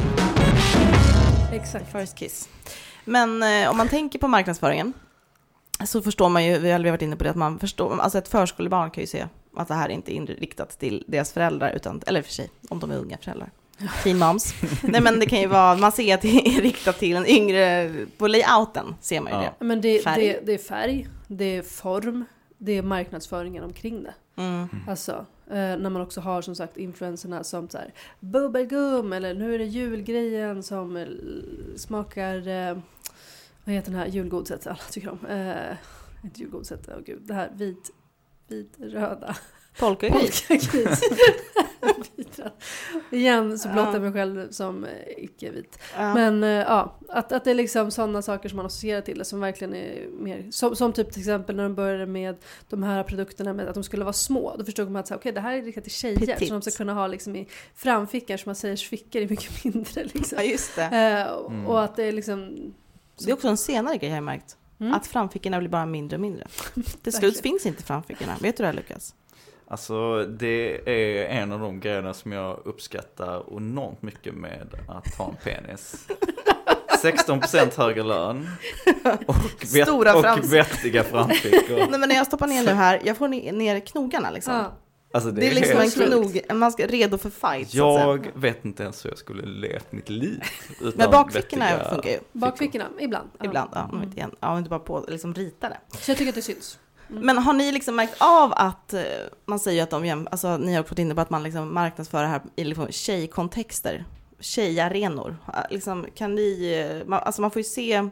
Exakt. First kiss. Men eh, om man tänker på marknadsföringen så förstår man ju, vi har varit inne på det, att man förstår, alltså ett förskolebarn kan ju se att det här inte är inriktat till deras föräldrar, utan, eller för sig, om de är unga föräldrar. Teen moms. Nej, men det kan ju vara, man ser att det är riktat till en yngre, på layouten ser man ju ja. det. Men det, färg. Det, det är färg, det är form, det är marknadsföringen omkring det. Mm. Alltså, eh, när man också har som sagt influencerna som så här, bubbelgum, eller nu är det julgrejen som eh, smakar, eh, vad heter den här julgodset alla tycker om? Eh, inte julgodset, åh oh, gud, det här vit, vit röda. Polkagris. Polkagris. Igen så blottar jag mig själv som icke-vit. Ja. Men ja, att, att det är liksom sådana saker som man associerar till det som verkligen är mer, som, som typ till exempel när de började med de här produkterna med att de skulle vara små. Då förstod man att okej, okay, det här är riktat till tjejer. Petit. Som de ska kunna ha liksom i framfickor, som man säger fickor är mycket mindre liksom. Ja, just det. Uh, mm. Och att det är liksom så... Det är också en senare grej jag har märkt. Mm. Att framfickorna blir bara mindre och mindre. Till slut finns inte framfickorna. Vet du det, Lukas? Alltså det är en av de grejerna som jag uppskattar enormt mycket med att ha en penis. sexton procent högre lön och, vet, och vettiga framfickor. Nej, men när jag stoppar ner nu här, jag får ner knogarna liksom. Ja. Alltså det, det är, är liksom en knog, man ska redo för fight. Jag vet inte ens hur jag skulle levt mitt liv utan men bakfickorna vettiga... funkar ju. Bakfickorna, ibland. Ibland, ja. Mm. Ja, om inte bara på liksom ritade. Så jag tycker att det syns. Mm. Men har ni liksom märkt av att man säger att de, alltså ni har fått in det på att man liksom marknadsför det här i liksom tjejkontexter, tjejarenor. Liksom, kan ni, man, alltså man får ju se,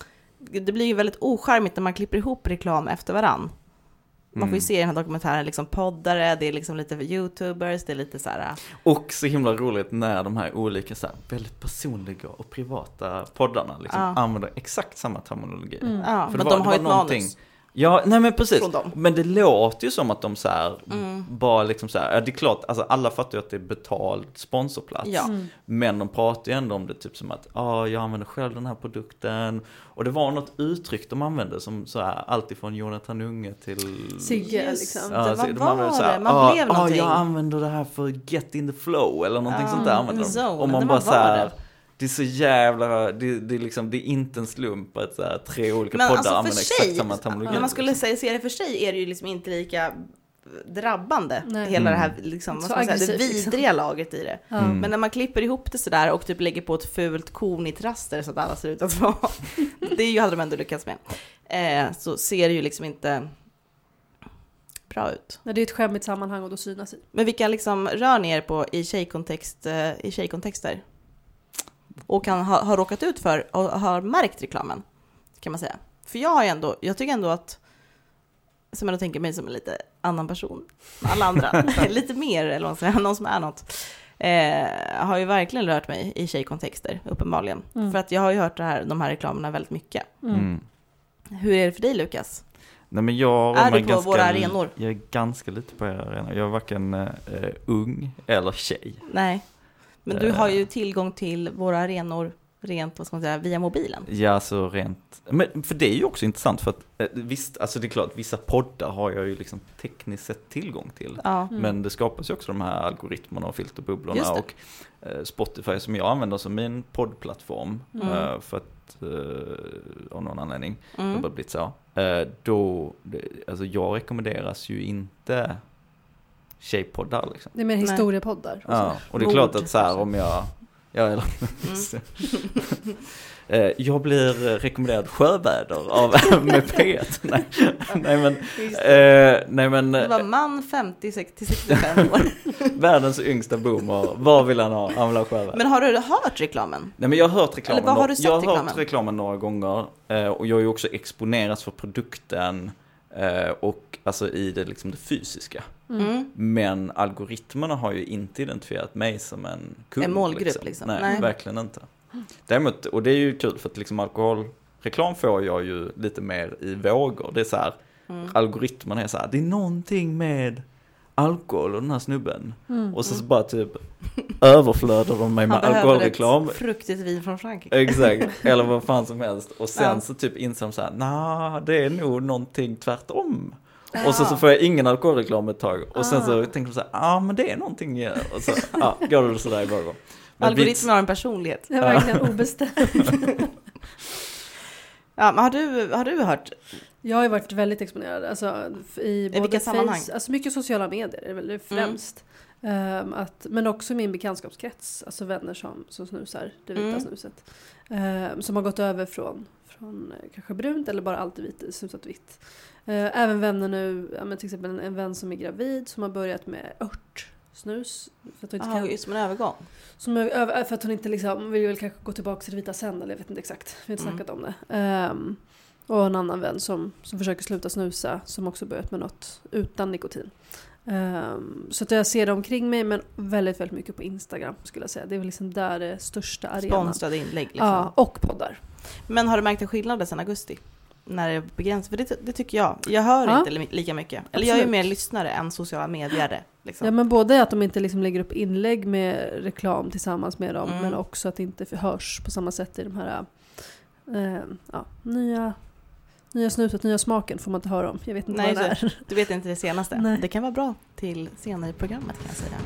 det blir ju väldigt ocharmigt när man klipper ihop reklam efter varann. Man får ju se i den här dokumentären liksom poddare, det är liksom lite youtubers, det är lite så här. Och så himla roligt när de här olika så här, väldigt personliga och privata poddarna liksom ja. använder exakt samma terminologi. Mm. Ja, för men var, de har ju ett manus. Ja, nej men precis. Men det låter ju som att de så här, mm. bara liksom så här, ja det är klart, alltså alla fattar ju att det är betald sponsorplats. Ja. Mm. Men de pratar ju ändå om det typ som att, ja ah, jag använder själv den här produkten. Och det var något uttryck de använde som så här, alltifrån Jonathan Unge till... Sigge liksom. Ja, det var, de var så här, man ah, blev ah, jag använder det här för get in the flow eller någonting ja, sånt där använder de. Och man bara så här... Det är så jävla, det, det, är liksom, det är inte en slump att så här, tre olika men poddar alltså använder sig, exakt samma terminologi. När man skulle säga, se det för sig är det ju liksom inte lika drabbande. Nej. Hela det här liksom, vad ska man säga, det vidriga lagret i det. Mm. Men när man klipper ihop det sådär och typ lägger på ett fult konigt raster så att alla ser ut att vara, det är ju hade de ändå lyckats med. Eh, så ser det ju liksom inte bra ut. Nej, det är ett skämmigt sammanhang och då synas i. Men vilka liksom rör ni er på i tjejkontext, i tjejkontexter? Och kan ha, ha råkat ut för och har märkt reklamen, kan man säga. För jag har ju ändå, jag tycker ändå att, som jag tänker mig som en lite annan person alla andra, lite mer eller vad säger, någon som är något, eh, har ju verkligen rört mig i tjejkontexter, uppenbarligen. Mm. För att jag har ju hört det här, de här reklamerna väldigt mycket. Mm. Hur är det för dig, Lukas? Nej, men jag är du på ganska, våra arenor? Jag är ganska lite på era arenor. Jag är varken eh, ung eller tjej. Nej. Men du har ju tillgång till våra arenor rent, vad ska man säga, via mobilen. Ja, så rent. Men för det är ju också intressant för att visst, alltså det är klart, vissa poddar har jag ju liksom tekniskt sett tillgång till. Ja. Mm. Men det skapas ju också de här algoritmerna och filterbubblorna och eh, Spotify som jag använder som min poddplattform mm. eh, för att eh, av någon anledning mm. det har blivit så. Eh, då, det, alltså jag rekommenderas ju inte tjejpoddar liksom. Det är mer historiepoddar. Och ja, och det är klart att så här om jag ja, eller, mm. jag blir rekommenderad sjöväder av med P ett. Nej, nej men eh, nej men det var man femtio till sextiofem år. Världens yngsta boomer. Vad vill han ha? Han vill ha sjöväder. Men har du hört reklamen? Nej, men jag har hört reklamen. Eller vad har du sett jag har reklamen? hört reklamen några gånger eh, och jag är ju också exponerats för produkten eh, och alltså i det liksom det fysiska. Mm. Men algoritmerna har ju inte identifierat mig som en kund. En målgrupp liksom. liksom. Nej, Nej, verkligen inte. Däremot, och det är ju kul för att liksom alkoholreklam får jag ju lite mer i vågor. Det är så här, mm. algoritmerna är så här, det är någonting med alkohol och den här snubben. Mm. Och så, så bara typ överflöder de mig med alkoholreklam. Fruktigt vin från Frankrike. Exakt, eller vad fan som helst. Och sen ja. så typ inser de så här, nah, det är nog någonting tvärtom. Ja. Och så, så får jag ingen alkoholreklam ett tag. Och sen så tänker de så här, ja ah, men det är någonting. Ja. Och så ja, går det sådär i början. Algoritmen har en personlighet. Det är verkligen obestämd. Ja, men har du, har du hört? Jag har ju varit väldigt exponerad. Alltså, i, I vilka sammanhang? Face, alltså mycket sociala medier är väl främst. Um, att, men också min bekantskapskrets, alltså vänner som, som snusar det vita mm. snuset. Um, som har gått över från, från uh, kanske brunt eller bara alltid vit, snusat vitt. Uh, även vänner nu, ja, men till exempel en, en vän som är gravid som har börjat med örtsnus. För att hon inte Aha, kan, just som en övergång. Som är, för att hon inte liksom, vill väl kanske gå tillbaka till det vita sen, eller jag vet inte exakt. Vi har inte mm. snackat om det. Um, och en annan vän som, som försöker sluta snusa, som också börjat med något utan nikotin. Um, så att jag ser det omkring mig, men väldigt, väldigt mycket på Instagram skulle jag säga. Det är väl liksom där det största arenan. Sponsrade inlägg liksom. Ja, och poddar. Men har du märkt en skillnad sedan augusti? När det är begränsat? För det, det tycker jag. Jag hör ja. inte lika mycket. Eller Absolut. Jag är ju mer lyssnare än sociala medier. Liksom. Ja, men både att de inte liksom lägger upp inlägg med reklam tillsammans med dem, mm. men också att det inte hörs på samma sätt i de här äh, ja, nya... Nya snuset, nya smaken får man inte höra om. Jag vet inte Nej, vad det är. Du vet inte det senaste. Nej. Det kan vara bra till senare i programmet, kan jag säga.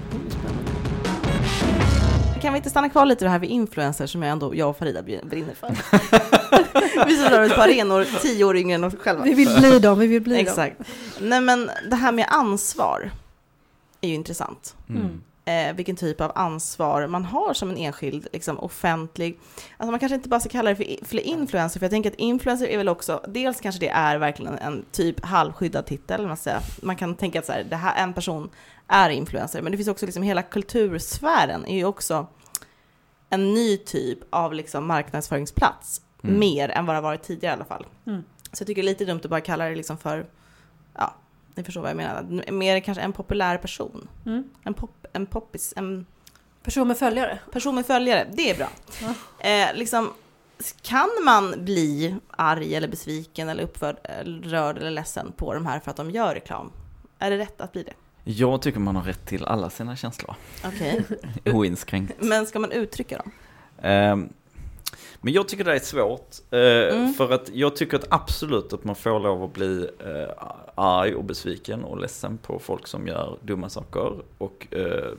Kan vi inte stanna kvar lite det här vid influencers som jag ändå, jag och Farida brinner för? Vi som rör oss på arenor tio år yngre än oss själva. Vi vill bli dem, vi vill bli Exakt. dem. Nej, men det här med ansvar är ju intressant. Mm. Eh, vilken typ av ansvar man har som en enskild, liksom offentlig. Alltså man kanske inte bara ska kalla det för, för influencer, för jag tänker att influencer är väl också, dels kanske det är verkligen en typ halvskyddad titel. Man, säger. Man kan tänka att så här, det här, en person är influencer, men det finns också liksom hela kultursfären är ju också en ny typ av liksom marknadsföringsplats, mm. mer än vad det har varit tidigare i alla fall. Mm. Så jag tycker det är lite dumt att bara kalla det liksom för, ja, ni förstår vad jag menar. Mer kanske en populär person. Mm. En, pop, en poppis. En person med följare. Person med följare, det är bra. Ja. Eh, liksom, kan man bli arg eller besviken eller upprörd eller ledsen på de här för att de gör reklam? Är det rätt att bli det? Jag tycker man har rätt till alla sina känslor. Okej. Okay. Oinskränkt. Men ska man uttrycka dem? Um, Men jag tycker det är svårt, eh, mm. för att jag tycker att absolut att man får lov att bli eh, arg och besviken och ledsen på folk som gör dumma saker. Och eh,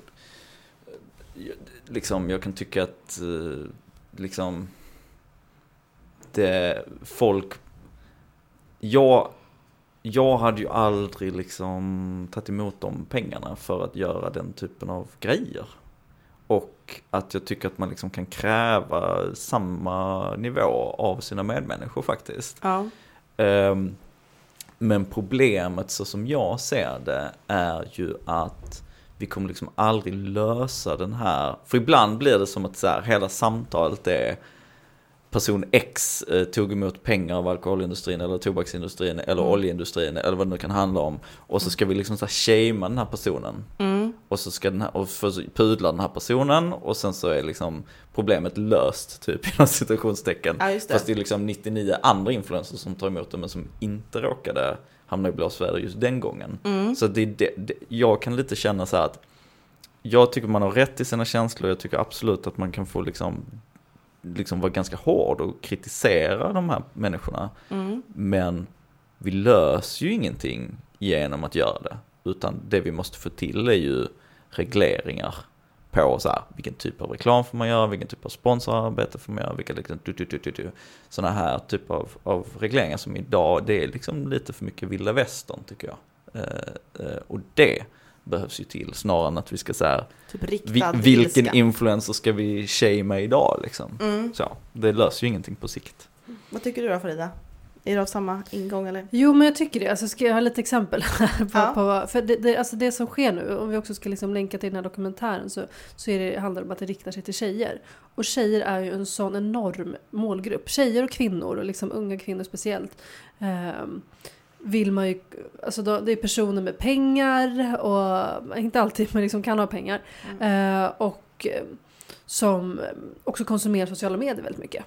liksom jag kan tycka att eh, liksom det folk, jag, jag hade ju aldrig liksom tagit emot de pengarna för att göra den typen av grejer. Och att jag tycker att man liksom kan kräva samma nivå av sina medmänniskor faktiskt. Ja. Um, men problemet så som jag ser det är ju att vi kommer liksom aldrig lösa den här. För ibland blir det som att så här, hela samtalet är person X eh, tog emot pengar av alkoholindustrin eller tobaksindustrin eller mm. oljeindustrin eller vad det nu kan handla om. Och så ska vi liksom så här shamea den här personen. Mm. Och så ska den här, och pudla den här personen och sen så är liksom problemet löst typ inom situationstecken. Ja, just det. Fast det är liksom nittionio andra influencers som tar emot det men som inte råkade hamna i blåsväder just den gången. Mm. Så det, det, det, jag kan lite känna så här att jag tycker man har rätt i sina känslor. Jag tycker absolut att man kan få liksom liksom vara ganska hård och kritisera de här människorna. Mm. Men vi löser ju ingenting genom att göra det. Utan det vi måste få till är ju regleringar på så här, vilken typ av reklam får man göra, vilken typ av sponsorarbete får man göra, vilka liksom, sådana här typ av, av regleringar som idag, det är liksom lite för mycket vilda västern tycker jag. Eh, eh, och det behövs ju till snarare än att vi ska säga typ vi, vilken ilska. Influencer ska vi shamea idag liksom. Mm. Så, det löser ju ingenting på sikt. Vad tycker du då Farida? Är det av samma ingång eller? Jo, men jag tycker det. Alltså, ska jag ha lite exempel här på, ja. på för det, det, alltså det som sker nu, om vi också ska liksom länka till den här dokumentären så, så är det, handlar det om att det riktar sig till tjejer. Och tjejer är ju en sån enorm målgrupp. Tjejer och kvinnor och liksom unga kvinnor speciellt. Um, vill man ju, alltså då, det är personer med pengar och inte alltid men liksom kan ha pengar mm. uh, och uh, som också konsumerar sociala medier väldigt mycket,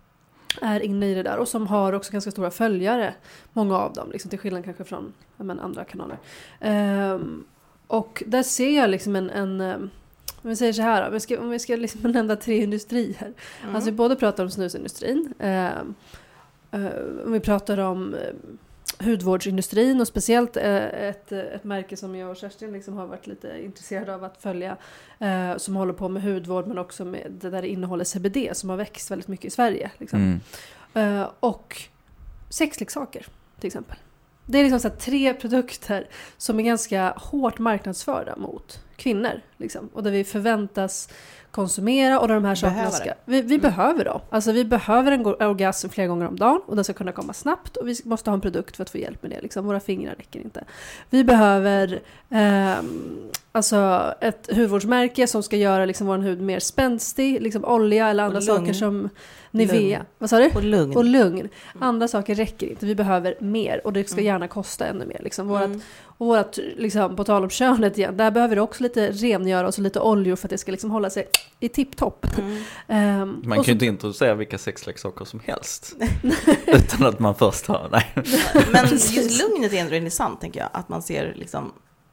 är inne i det där och som har också ganska stora följare, många av dem liksom, till skillnad kanske från men, andra kanaler uh, och där ser jag liksom en, en um, om vi säger så här, om vi ska, om vi ska liksom nämna tre industrier mm. alltså vi både pratar om snusindustrin uh, uh, om vi pratar om uh, hudvårdsindustrin och speciellt ett, ett märke som jag och Kerstin liksom har varit lite intresserade av att följa eh, som håller på med hudvård men också med det där det innehåller C B D som har växt väldigt mycket i Sverige liksom. mm. eh, och sexleksaker till exempel. Det är liksom så här tre produkter som är ganska hårt marknadsförda mot kvinnor. Liksom. Och där vi förväntas konsumera och där de här sakerna ska... Vi, vi mm. behöver dem. Alltså vi behöver en orgasm flera gånger om dagen och den ska kunna komma snabbt och vi måste ha en produkt för att få hjälp med det. Liksom. Våra fingrar räcker inte. Vi behöver eh, alltså ett hudvårdsmärke som ska göra liksom vår hud mer spänstig, liksom olja eller andra saker som Nivea. Lugn. Vad sa du? Och lugn. Och lugn. Andra saker räcker inte. Vi behöver mer och det ska mm. gärna kosta ännu mer. Liksom. Vårat, mm. Och vårat, liksom, på tal om könet igen, där behöver det också lite rengöra och så lite oljor för att det ska liksom hålla sig i tipptopp. Mm. um, man kan ju inte introducera vilka sexleksaker som helst utan att man först har, nej. Men just lugnet är ändå intressant, tänker jag. Att man ser liksom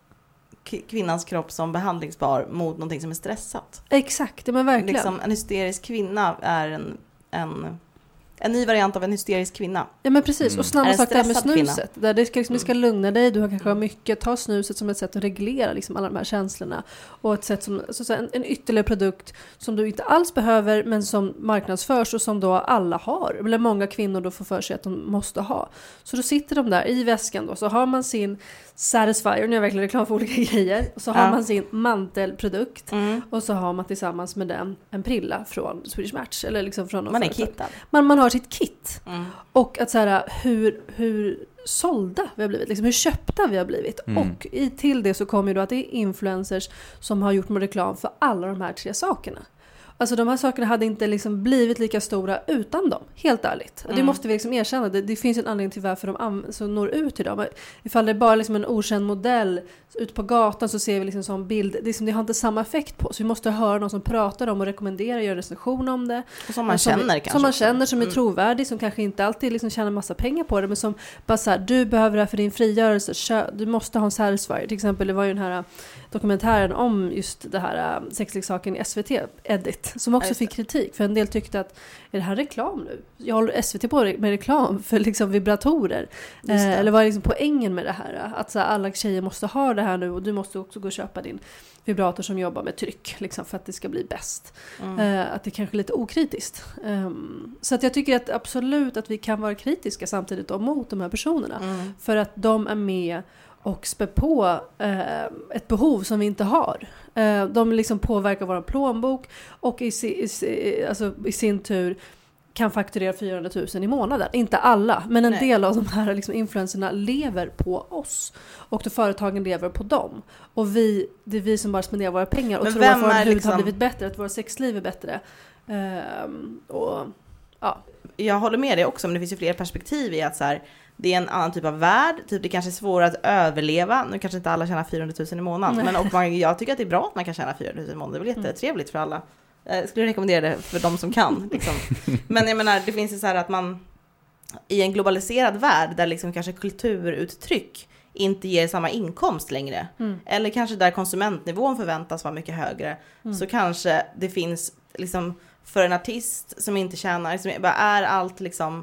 kvinnans kropp som behandlingsbar mot någonting som är stressat. Exakt, men verkligen. Liksom, en hysterisk kvinna är en, en, en ny variant av en hysterisk kvinna. Ja, men precis. Mm. Och samma sak där med snuset. Där det ska, liksom, det ska lugna dig, du har kanske mycket. Ta snuset som ett sätt att reglera liksom, alla de här känslorna. Och ett sätt som, så, så, en, en ytterligare produkt som du inte alls behöver men som marknadsförs och som då alla har. Eller många kvinnor då får för sig att de måste ha. Så då sitter de där i väskan då. Så har man sin Satisfyer, nu är jag verkligen reklam för olika grejer. Och så har ja. man sin mantelprodukt. Mm. Och så har man tillsammans med den en prilla från Swedish Match. Eller liksom från man är kittad. Man, man har sitt kit. Mm. Och att så här, hur, hur sålda vi har blivit. Liksom, hur köpta vi har blivit. Mm. Och i, till det så kommer ju då att det är influencers som har gjort reklam för alla de här tre sakerna. Alltså de här sakerna hade inte liksom blivit lika stora utan dem, helt ärligt. Mm. Det måste vi liksom erkänna. Det, det finns en anledning till varför de am- så når ut till dem. Ifall det är bara liksom en okänd modell ute på gatan så ser vi liksom som bild. Det, liksom, det har inte samma effekt på. Så vi måste höra någon som pratar om och rekommenderar, gör recension om det. Och som man som, känner kanske. Som man känner, som är mm. trovärdig, som kanske inte alltid liksom tjänar massa pengar på det. Men som bara så här, du behöver det här för din frigörelse. Kö- du måste ha en Satisfyer. Till exempel, det var ju den här dokumentären om just det här sexleksaken i S V T, Edit, som också fick kritik. För en del tyckte att, är det här reklam nu? Jag håller S V T på med reklam för liksom vibratorer. Eh, eller vad är liksom poängen med det här? Att så här, alla tjejer måste ha det här nu och du måste också gå och köpa din vibrator som jobbar med tryck liksom, för att det ska bli bäst. Mm. Eh, att det kanske är lite okritiskt. Um, så att jag tycker att absolut att vi kan vara kritiska samtidigt då, mot de här personerna. Mm. För att de är med och spä på eh, ett behov som vi inte har. Eh, de liksom påverkar vår plånbok och i, i, i, alltså, i sin tur kan fakturera fyrahundratusen i månaden. Inte alla, men en Nej. del av de här liksom, influencerna lever på oss. Och då företagen lever på dem. Och vi, det är vi som bara spenderar våra pengar och men tror att vår hud liksom... har blivit bättre, att våra sexliv är bättre. Eh, och, ja. Jag håller med dig också, men det finns ju fler perspektiv i att så här, det är en annan typ av värld. Typ det kanske är svårare att överleva. Nu kanske inte alla tjänar fyrahundratusen i månaden. Men och man, jag tycker att det är bra att man kan tjäna fyrahundratusen i månaden. Det är väl jättetrevligt för alla. Jag skulle rekommendera det för de som kan. Liksom. Men jag menar, det finns ju så här att man i en globaliserad värld där liksom kanske kulturuttryck inte ger samma inkomst längre. Mm. Eller kanske där konsumentnivån förväntas vara mycket högre. Mm. Så kanske det finns liksom för en artist som inte tjänar, liksom, bara är allt liksom...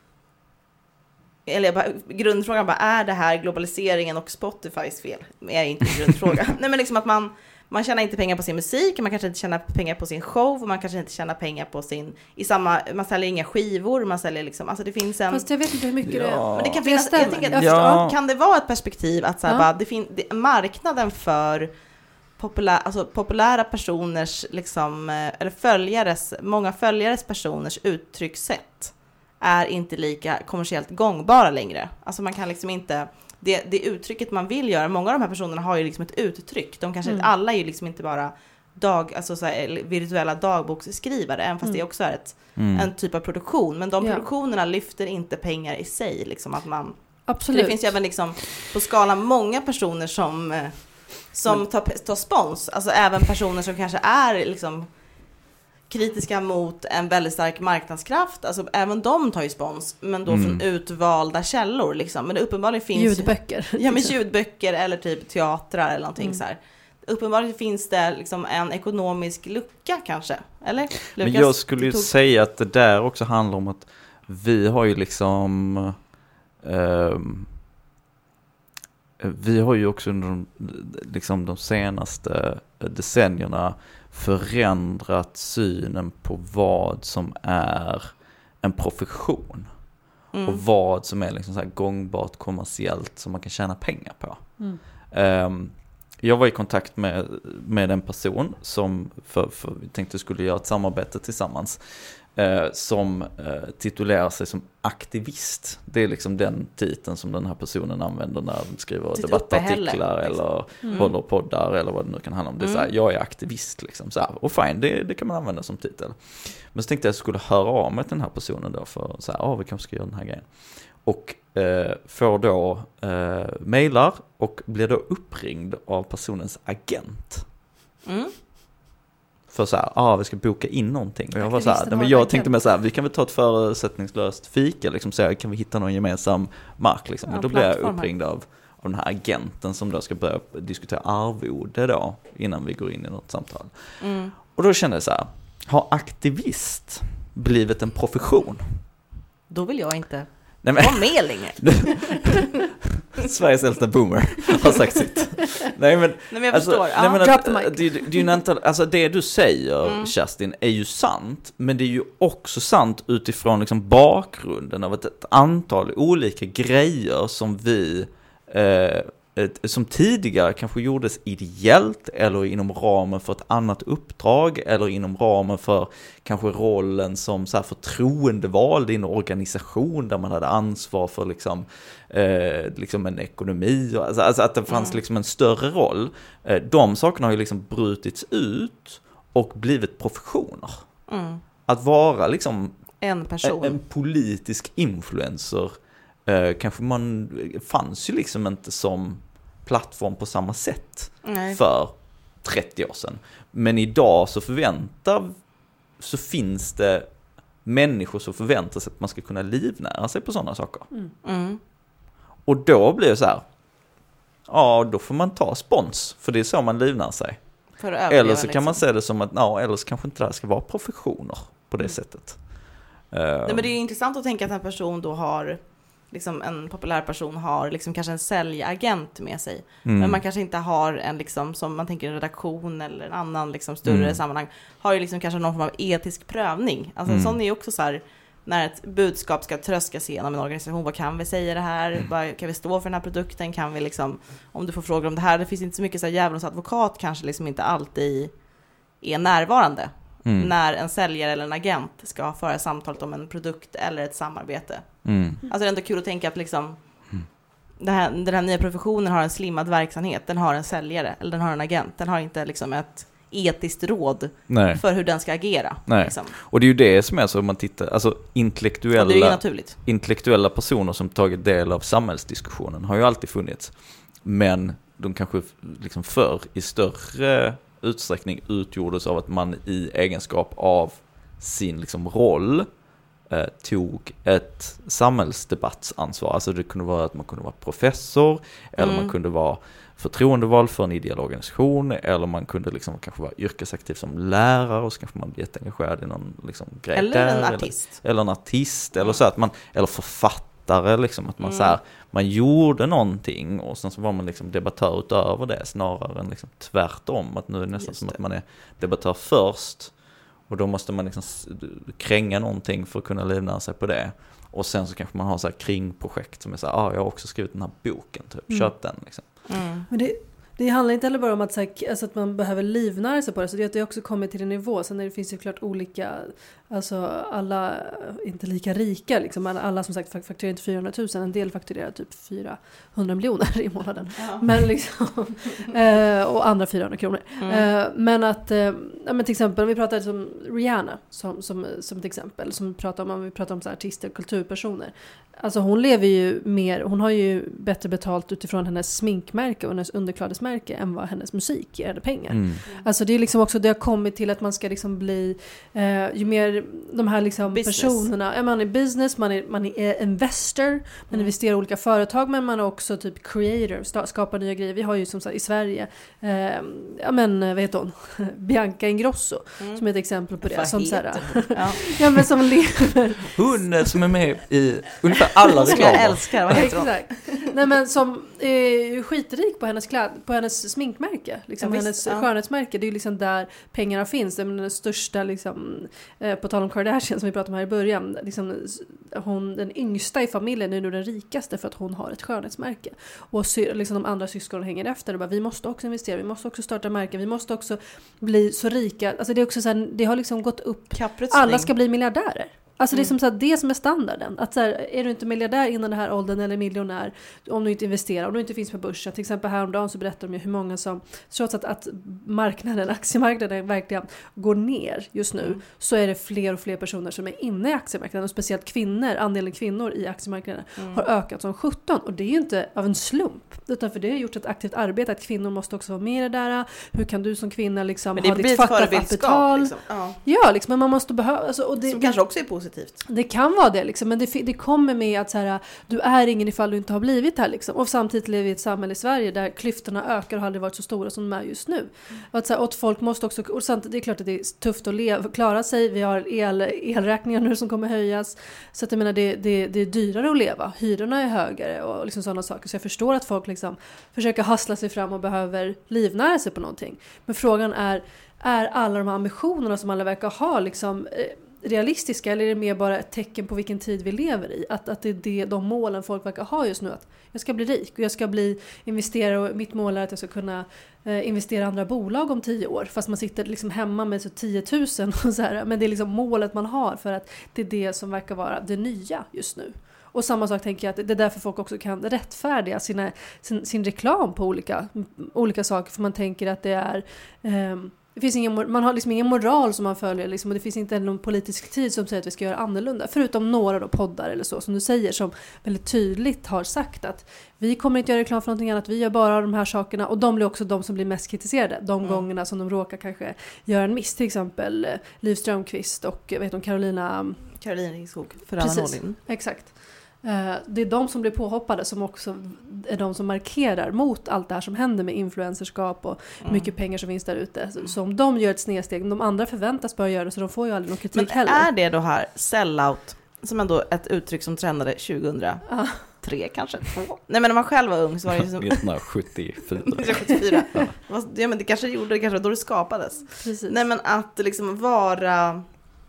Eller bara, grundfrågan bara, är det här globaliseringen och Spotifys fel? Det är inte en grundfråga. Nej, men liksom att man, man tjänar inte pengar på sin musik, man kanske inte tjänar pengar på sin show, man kanske inte tjänar pengar på sin, i samma, man säljer inga skivor, man säljer liksom, alltså det finns en... Fast jag vet inte hur mycket ja. det är. Men det kan finnas, jag tänker att, ja. kan det vara ett perspektiv att så här, ja. bara, det fin, det, marknaden för populär, alltså populära personers, liksom, eller följares, många följares personers uttryckssätt är inte lika kommersiellt gångbara längre. Alltså man kan liksom inte, det, det uttrycket man vill göra, många av de här personerna har ju liksom ett uttryck. De kanske mm. alla är ju liksom inte bara dag, alltså så här, virtuella dagboksskrivare, även fast mm. det också är ett, mm. en typ av produktion. Men de produktionerna ja. lyfter inte pengar i sig. Liksom att man, absolut. Det finns ju även liksom på skalan många personer som, som tar, tar spons. Alltså även personer som kanske är liksom kritiska mot en väldigt stark marknadskraft. Alltså även de tar ju spons, men då mm. från utvalda källor liksom. Men det uppenbarligen finns ljudböcker. Ja, men ljudböcker eller typ teatrar eller någonting mm. så här. Uppenbarligen finns det liksom en ekonomisk lucka kanske, eller? Lukas, men jag skulle ju tog... säga att det där också handlar om att vi har ju liksom eh, vi har ju också under de, liksom de senaste decennierna förändrat synen på vad som är en profession mm. och vad som är liksom så här gångbart kommersiellt som man kan tjäna pengar på. Mm. Um, jag var i kontakt med, med en person som för, för vi tänkte skulle göra ett samarbete tillsammans. Eh, som eh, titulerar sig som aktivist. Det är liksom den titeln som den här personen använder när de skriver Ditt debattartiklar liksom. Eller mm. håller poddar eller vad det nu kan handla om. Det är mm. så här, jag är aktivist liksom. Så här, och fine, det, det kan man använda som titel. Men så tänkte jag att jag skulle höra av mig till den här personen då för så här, ah, vi kanske ska göra den här grejen. Och eh, får då eh, mejlar och blir då uppringd av personens agent. Mm. För så här, ah, vi ska boka in någonting. Och jag var så här, men jag tänkte mig så här, vi kan väl ta ett förutsättningslöst fika, liksom, så här, kan vi hitta någon gemensam mark, liksom. Ja, och då blev jag uppringd av, av den här agenten som då ska börja diskutera arvode då, innan vi går in i något samtal. Mm. Och då kände jag så här, har aktivist blivit en profession? Då vill jag inte Nej, men... vara med längre. Sveriges äldsta boomer har sagt sitt. Nej men, nej, men jag alltså, förstår. Nej, men att, det, det, det, antal, alltså det du säger, mm. Kerstin, är ju sant. Men det är ju också sant utifrån liksom bakgrunden av ett, ett antal olika grejer som vi eh, ett, som tidigare kanske gjordes ideellt eller inom ramen för ett annat uppdrag eller inom ramen för kanske rollen som så här förtroendevald i en organisation där man hade ansvar för liksom, eh, liksom en ekonomi, alltså, alltså att det fanns mm. liksom en större roll. Eh, de sakerna har ju liksom brutits ut och blivit professioner. Mm. Att vara liksom en person, en, en politisk influencer. Uh, kanske man fanns ju liksom inte som plattform på samma sätt Nej. För trettio år sedan. Men idag så förväntar så finns det människor som förväntar sig att man ska kunna livnära sig på sådana saker. Mm. Mm. Och då blir det så här, ja då får man ta spons, för det är så man livnär sig. Eller så kan liksom. Man säga det som att, ja, eller så kanske inte det här ska vara professioner på det mm. sättet. Uh, Nej, men det är intressant att tänka att en person då har liksom en populär person har liksom kanske en säljagent med sig. Mm. Men man kanske inte har en liksom, som man tänker en redaktion eller en annan liksom större mm. sammanhang, har ju liksom kanske någon form av etisk prövning. Alltså mm. sån är ju också så här, när ett budskap ska tröskas igenom en organisation, vad kan vi säga det här? Mm. Vad kan vi stå för den här produkten? Kan vi liksom, om du får frågor om det här, det finns inte så mycket så här, djävulens advokat kanske liksom inte alltid är närvarande. Mm. När en säljare eller en agent ska föra samtalet om en produkt eller ett samarbete. Mm. Alltså det är ändå kul att tänka att liksom, mm. det här, den här nya professionen har en slimmad verksamhet. Den har en säljare eller den har en agent. Den har inte liksom ett etiskt råd Nej. För hur den ska agera. Nej. Liksom. Och det är ju det som är så om man tittar, alltså intellektuella, intellektuella personer som tagit del av samhällsdiskussionen har ju alltid funnits. Men de kanske liksom förr i större utsträckning utgjordes av att man i egenskap av sin liksom roll eh, tog ett samhällsdebattsansvar. Alltså det kunde vara att man kunde vara professor eller mm. man kunde vara förtroendevald för en ideell organisation eller man kunde liksom kanske vara yrkesaktiv som lärare och så kanske man blir jätteengagerad i någon liksom grej eller där, en artist. Eller, eller en artist mm. eller så att man, eller författare liksom, att man mm. så här, man gjorde någonting och sen så var man liksom debattör utöver det snarare än liksom tvärtom, att nu är det nästan som att man är debattör först och då måste man liksom kränga någonting för att kunna livnära sig på det och sen så kanske man har så här kringprojekt som är så här, ah, jag har också skrivit den här boken typ, mm. köp den liksom. Mm. Men det, det handlar inte heller bara om att, så här, alltså att man behöver livnära sig på det, så det har också kommit till en nivå. Sen det finns ju klart olika, alltså alla inte lika rika liksom. Alla som sagt fakturerar inte fyrahundratusen, en del fakturerar typ fyrahundra miljoner i månaden. Ja. Men liksom, eh, och andra fyrahundra kronor. Mm. Eh, men att, eh, men till exempel om vi pratar om Rihanna som, som, som ett exempel, som pratar om, om vi pratar om så här, artister och kulturpersoner. Alltså hon lever ju mer, hon har ju bättre betalt utifrån hennes sminkmärke och hennes underklädesmärke än vad hennes musik ger henne pengar. Mm. Alltså det är liksom också, det har kommit till att man ska liksom bli, eh, ju mer de här liksom personerna, ja, man är business, man är, man är investor, man mm. investerar i olika företag, men man är också typ creator, skapar nya grejer. Vi har ju som sagt i Sverige, eh, ja men vad heter hon? Bianca Ingrosso, mm. som är ett exempel på det. Vad som, såhär, ja. ja men som lever. Hon som är med i ungefär alla reklamer. Jag älskar, vad heter hon? Nej men som är skitrik på hennes kläd, på hennes sminkmärke, liksom ja, hennes ja. skönhetsmärke, det är ju liksom där pengarna finns. Det är den största liksom, eh, på tal om Kardashian som vi pratade om här i början, liksom, hon den yngsta i familjen är nu den rikaste för att hon har ett skönhetsmärke. Och sy- liksom de andra syskonen hänger efter och bara, vi måste också investera, vi måste också starta märken, vi måste också bli så rika. Alltså det är också så här, det har liksom gått upp. Alla ska bli miljardärer. Alltså det är som så här, det som är standarden. Att så här, är du inte miljardär innan den här åldern eller miljonär om du inte investerar, om du inte finns på börsen. Till exempel häromdagen så berättar de ju hur många som, trots att, att marknaden, aktiemarknaden verkligen går ner just nu, mm. så är det fler och fler personer som är inne i aktiemarknaden. Och speciellt kvinnor, andelen kvinnor i aktiemarknaden mm. har ökat som sjutton. Och det är ju inte av en slump, utan för det har gjort ett aktivt arbete att kvinnor måste också vara med där. Hur kan du som kvinna liksom ha ditt fackla kapital? Liksom. Ja, ja liksom, men man måste behöva... Alltså, och det, som kanske också är positivt. Det kan vara det liksom, men det, det kommer med att så här, du är ingen ifall du inte har blivit här liksom. Och samtidigt lever vi i ett samhälle i Sverige där klyftorna ökar och har aldrig varit så stora som de är just nu. Mm. Och att, så här, och folk måste också, och samtidigt, det är klart att det är tufft att leva, klara sig, vi har el, elräkningar nu som kommer höjas, så att jag menar det, det, det är dyrare att leva, hyrorna är högre och liksom sådana saker, så jag förstår att folk liksom försöker hassla sig fram och behöver livnära sig på någonting. Men frågan är, är alla de här ambitionerna som alla verkar ha liksom eh, realistiska, eller är det mer bara ett tecken på vilken tid vi lever i? Att, att det är det, de målen folk verkar ha just nu, att jag ska bli rik och jag ska bli investerare, och mitt mål är att jag ska kunna eh, investera i andra bolag om tio år, fast man sitter liksom hemma med så tio tusen och så här, men det är liksom målet man har, för att det är det som verkar vara det nya just nu. Och samma sak tänker jag att det är därför folk också kan rättfärdiga sina, sin, sin reklam på olika, olika saker, för man tänker att det är eh, det finns ingen, man har liksom ingen moral som man följer liksom, och det finns inte någon politisk tid som säger att vi ska göra annorlunda, förutom några då poddar eller så som du säger, som väldigt tydligt har sagt att vi kommer inte göra reklam för någonting annat, vi gör bara de här sakerna, och de blir också de som blir mest kritiserade de mm. gångerna som de råkar kanske göra en miss, till exempel Liv Strömquist och vet hon, Carolina Carolina Ringskog för Anna Norlin. Exakt. Det är de som blir påhoppade som också är de som markerar mot allt det här som händer med influencerskap och mm. mycket pengar som finns där ute. Så, så om de gör ett snedsteg, de andra förväntas bara göra det, så de får ju aldrig någon kritik. Men heller. Är det då här sellout som ändå ett uttryck som trendade tjugohundratre ah. kanske? Två? Nej, men när man själv var ung så var det ju som... nittonhundrasjuttiofyra. nittonhundrasjuttiofyra. Ja, men det kanske gjorde det, kanske då det skapades. Precis. Nej, men att liksom vara...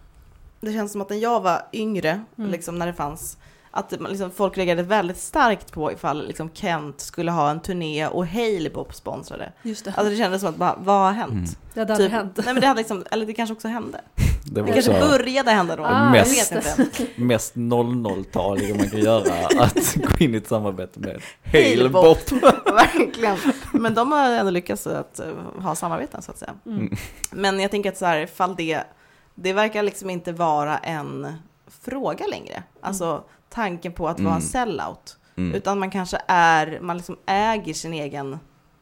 Det känns som att när jag var yngre, mm. liksom när det fanns... Att liksom, folk reagerade väldigt starkt på ifall liksom, Kent skulle ha en turné och Halebop sponsrade. Just det. Alltså det kändes som att, bara, vad har hänt? Mm. Det hade aldrig typ, hänt. Nej, men det hade liksom, eller det kanske också hände. Det, det kanske började hända då. Ah, mest, mest noll noll-taliga man kan göra att gå in i ett samarbete med Halebop. Verkligen. Men de har ändå lyckats att ha samarbeten så att säga. Mm. Men jag tänker att så här, fall det, det verkar liksom inte vara en fråga längre. Alltså mm. tanken på att vara en sellout. Mm. Utan man kanske är, man liksom äger sin egen,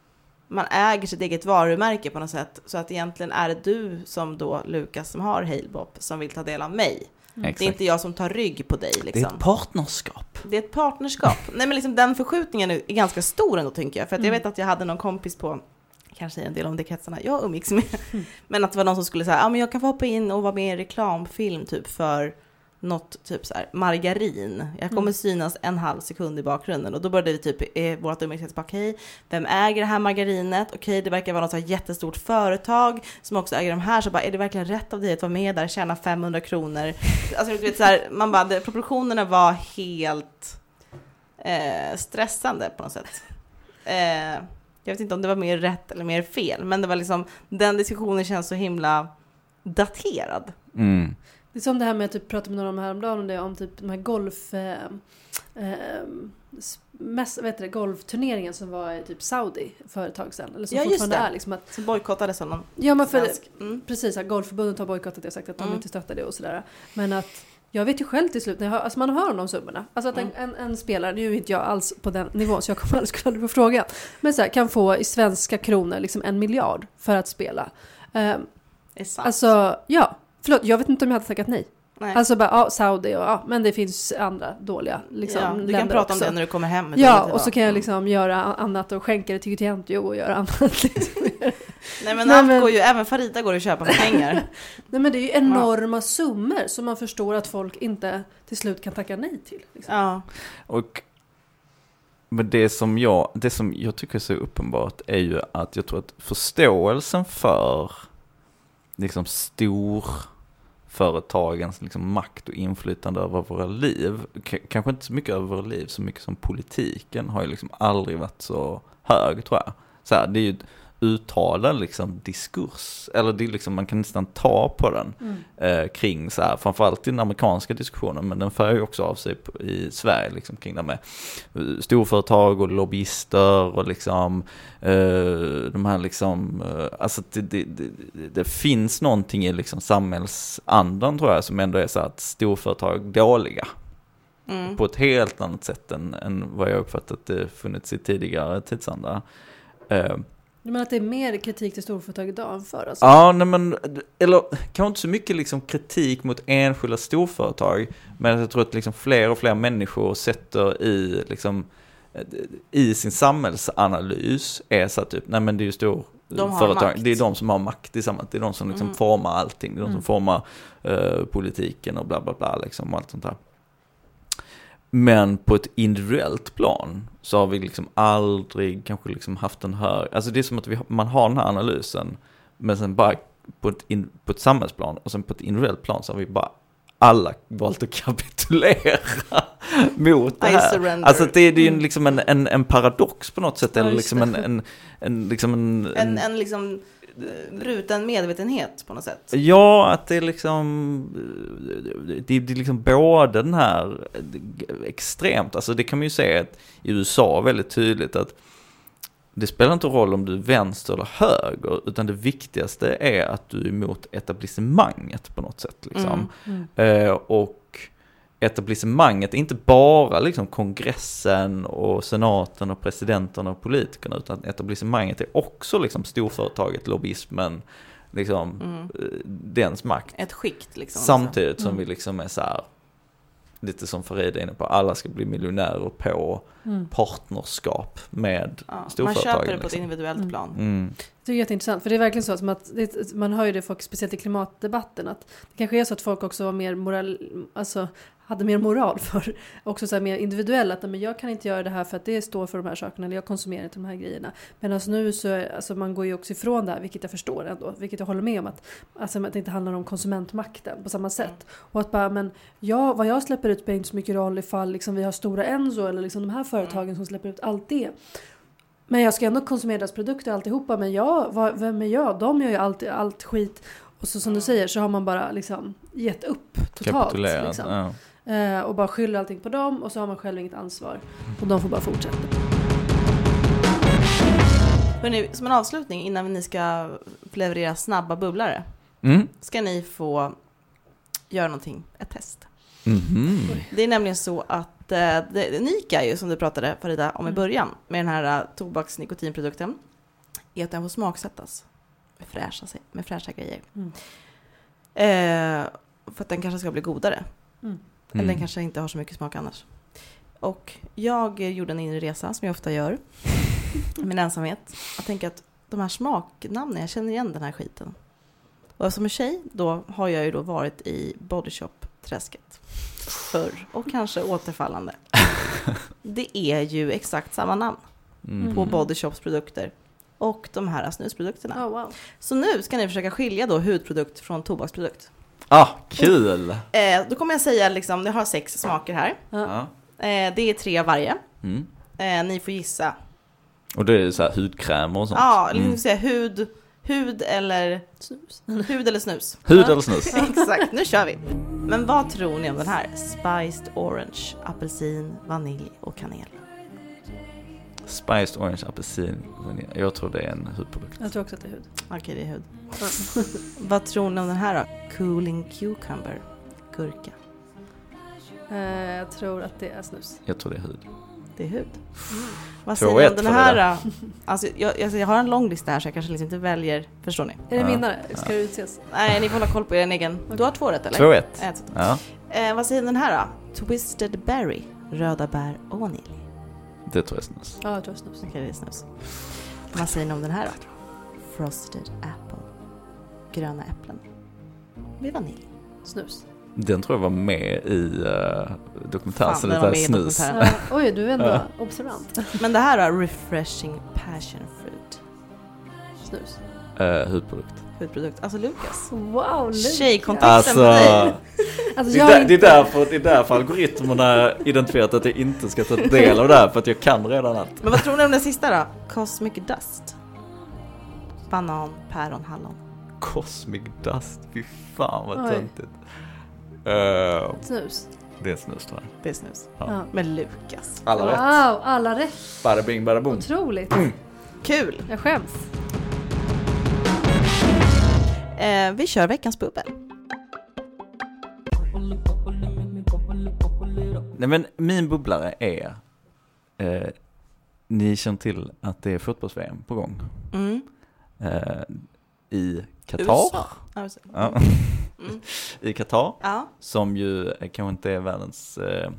man äger sitt eget varumärke på något sätt. Så att egentligen är det du som då, Lukas, som har Halebop, som vill ta del av mig. Mm. Det är inte jag som tar rygg på dig. Liksom. Det är ett partnerskap. Det är ett partnerskap. Nej, men liksom den förskjutningen är ganska stor ändå, tänker jag. För att jag vet att jag hade någon kompis på, kanske en del om det kretsarna jag umgicks med. Mm. Men att det var någon som skulle säga, ja ah, men jag kan få hoppa in och vara med i en reklamfilm typ för något typ så här margarin. Jag kommer mm. synas en halv sekund i bakgrunden, och då började vi typ eh, vårt umgängessätt, okej, okay, vem äger det här margarinet? Okej, okay, det verkar vara något så här jättestort företag som också äger de här, så bara, är det verkligen rätt av dig att vara med där och tjäna femhundra kronor? Alltså du vet så här, man bara, det, proportionerna var helt eh, stressande på något sätt. Eh, jag vet inte om det var mer rätt eller mer fel, men det var liksom, den diskussionen känns så himla daterad. Mm. Det är som det här med att typ, prata med någon häromdagen om det, om typ de här golf eh, eh, mest, vet du, golfturneringen som var i typ Saudi för ett tag sedan, eller som ja, fortfarande är liksom att som bojkottade sådana. Ja, men för mm. precis, att golfförbundet har bojkottat det och sagt att de mm. inte stöttar det och sådär. Men att jag vet ju själv till slut när jag hör, alltså man hör om de summorna. Alltså att mm. en, en, en spelare, nu är inte jag alls på den nivån så jag kommer aldrig skulle aldrig få fråga. Men så här, kan få i svenska kronor liksom en miljard för att spela. Um, är sant. Alltså, ja. Förlåt, jag vet inte om jag hade tackat nej. nej. Alltså bara, ja, Saudi och ja, men det finns andra dåliga liksom, ja, du kan prata också om det när du kommer hem. Ja, och så kan jag liksom mm. göra annat och skänka det till Gutientio och göra annat. Liksom. Nej, men nej, allt men... går ju, även Farida går att köpa för pengar. Nej, men det är ju enorma ja. summor som man förstår att folk inte till slut kan tacka nej till. Liksom. Ja. Och Men det som, jag, det som jag tycker är så uppenbart är ju att jag tror att förståelsen för liksom stor företagens liksom makt och inflytande över våra liv, k- kanske inte så mycket över våra liv så mycket som politiken, har ju liksom aldrig varit så hög, tror jag. Så här, det är ju uttalad liksom diskurs, eller det är liksom, man kan nästan ta på den mm. eh, kring så här, framförallt i den amerikanska diskussionen, men den för ju också av sig på, i Sverige liksom, kring det med storföretag och lobbyister och liksom eh, de här liksom eh, alltså det, det, det, det finns någonting i liksom samhällsandan, tror jag, som ändå är så att storföretag är dåliga mm. på ett helt annat sätt än, än vad jag uppfattat det funnits i tidigare tidsanda. eh, Du menar att det är mer kritik till storföretag idag än förr? Alltså? Ja, nej men, eller kanske inte så mycket liksom kritik mot enskilda storföretag, men jag tror att liksom fler och fler människor sätter i, liksom, i sin samhällsanalys är så att typ, nej men det är ju stor de företag, det är de som har makt i samhället, det är de som liksom mm. formar allting, det är de som mm. formar uh, politiken och bla bla bla liksom, och allt sånt där. Men på ett individuellt plan så har vi liksom aldrig kanske liksom haft en här, alltså det är som att vi, man har den här analysen, men sen bara på ett, in, på ett samhällsplan och sen på ett individuellt plan så har vi bara alla valt att kapitulera mot det här. Alltså det är ju mm. liksom en, en, en paradox på något sätt, eller liksom en, en, en, liksom en, en, en, en liksom bruten medvetenhet på något sätt. Ja, att det är liksom det, det är liksom både den här extremt, alltså det kan man ju säga att i U S A väldigt tydligt att det spelar inte roll om du är vänster eller höger, utan det viktigaste är att du är emot etablissemanget på något sätt liksom. Mm, mm. Eh, och etablissemanget är inte bara liksom kongressen och senaten och presidenten och politikerna, utan etablissemanget är också liksom storföretaget, lobbyismen, liksom mm. dens makt. Ett skikt liksom. Samtidigt som mm. vi liksom är så här, lite som Farid är inne på, alla ska bli miljonärer på mm. partnerskap med ja, storföretag. Man köper det liksom. på ett individuellt mm. plan. Mm. Det är jätteintressant, för det är verkligen så att det, man hör ju det folk, speciellt i klimatdebatten, att det kanske är så att folk också var mer moral, alltså hade mer moral för, också så här mer individuella, att men jag kan inte göra det här för att det står för de här sakerna, eller jag konsumerar inte de här grejerna. Men alltså nu så, alltså man går ju också ifrån det här, vilket jag förstår ändå, vilket jag håller med om, att, alltså, att det inte handlar om konsumentmakten på samma sätt. Mm. Och att bara, men jag, vad jag släpper ut spelar inte så mycket roll ifall liksom vi har Stora Enso eller liksom de här företagen mm. som släpper ut allt det. Men jag ska ändå konsumera deras produkter alltihopa, men jag, vad, vem är jag? De gör ju allt, allt skit. Och så som du säger så har man bara liksom gett upp totalt. Liksom. Ja. Uh, och bara skyller allting på dem, och så har man själv inget ansvar. Och de får bara fortsätta. Hörrni, som en avslutning innan ni ska leverera snabba bubblare mm. ska ni få göra någonting, ett test. Mm-hmm. Det är nämligen så att uh, det, det unika ju, som du pratade Farida om i början med den här uh, tobaks-nikotinprodukten, är att den får smaksättas med fräscha, med fräscha grejer. Mm. Uh, för att den kanske ska bli godare. Mm. Eller den kanske inte har så mycket smak annars. Och jag gjorde en inre resa, som jag ofta gör i min ensamhet. Jag tänker att de här smaknamnen, jag känner igen den här skiten. Och som en tjej då har jag ju då varit i Body Shop-träsket förr. Och kanske återfallande. Det är ju exakt samma namn mm. på Body Shops produkter och de här snusprodukterna. Oh, wow. Så nu ska ni försöka skilja då hudprodukt från tobaksprodukt. Ah, kul! Eh, då kommer jag säga, liksom, jag har sex smaker här. Ja. Eh, det är tre av varje. Mm. Eh, ni får gissa. Och det är så här hudkrämer och sånt? Ja, eller mm. säga hud, hud eller snus. Hud eller snus. Hud eller snus. Exakt, nu kör vi. Men vad tror ni om den här? Spiced orange, apelsin, vanilj och kanel. Spiced orange, apelsin, vanilj. Jag tror det är en hudprodukt. Jag tror också att det är hud. Okej, det är hud. Vad tror ni om den här då? Cooling cucumber, gurka. Uh, jag tror att det är snus. Jag tror det är hud. Det är hud. Mm. Vad säger ni om den här då? Alltså, jag, jag, jag har en lång lista här så jag kanske liksom inte väljer. Förstår ni? Är det vinnare? Ska ja. det utses? Nej, ni får hålla koll på er egen. Okay. Du har två rätt, eller? Två rätt. Ett. Ja. Eh, vad säger ni om den här då? Twisted berry, röda bär och vanilj. Det tror jag är snus. Ja, jag tror snus. Okej, okay, det är snus. Vad säger ni om den här då? Frosted apple, gröna äpplen. Med vanilj. Snus. Den tror jag var med i uh, dokumentären. Fan, den var med i snus. Ja, oj, du är ändå ja. observant. Men det här är refreshing passion fruit. Snus. Uh, hudprodukt. Hudprodukt. Alltså Lukas. Wow, Lukas. Tjejkontexten alltså, på dig. Alltså, det, är, inte... det, är därför, det är därför algoritmerna identifierat att jag inte ska ta del av det här. För att jag kan redan allt. Men vad tror ni om den sista då? Cosmic dust. Banan, päron, hallon. Cosmic dust. Fy fan vad töntigt. Uh, snus. Det är snus tror jag. Det är snus. Ja. Ja. Men Lukas. Alla wow, rätt. alla rätt. Bada bing, bada boom. Otroligt. Mm. Kul. Jag skäms. Eh, vi kör veckans bubbel. Nej men min bubblare är eh, ni känner till att det är fotbolls-V M på gång. Mm. Eh, I Qatar. U S A. Ja. Mm. I Qatar. Ja. Som ju kanske inte är världens eh,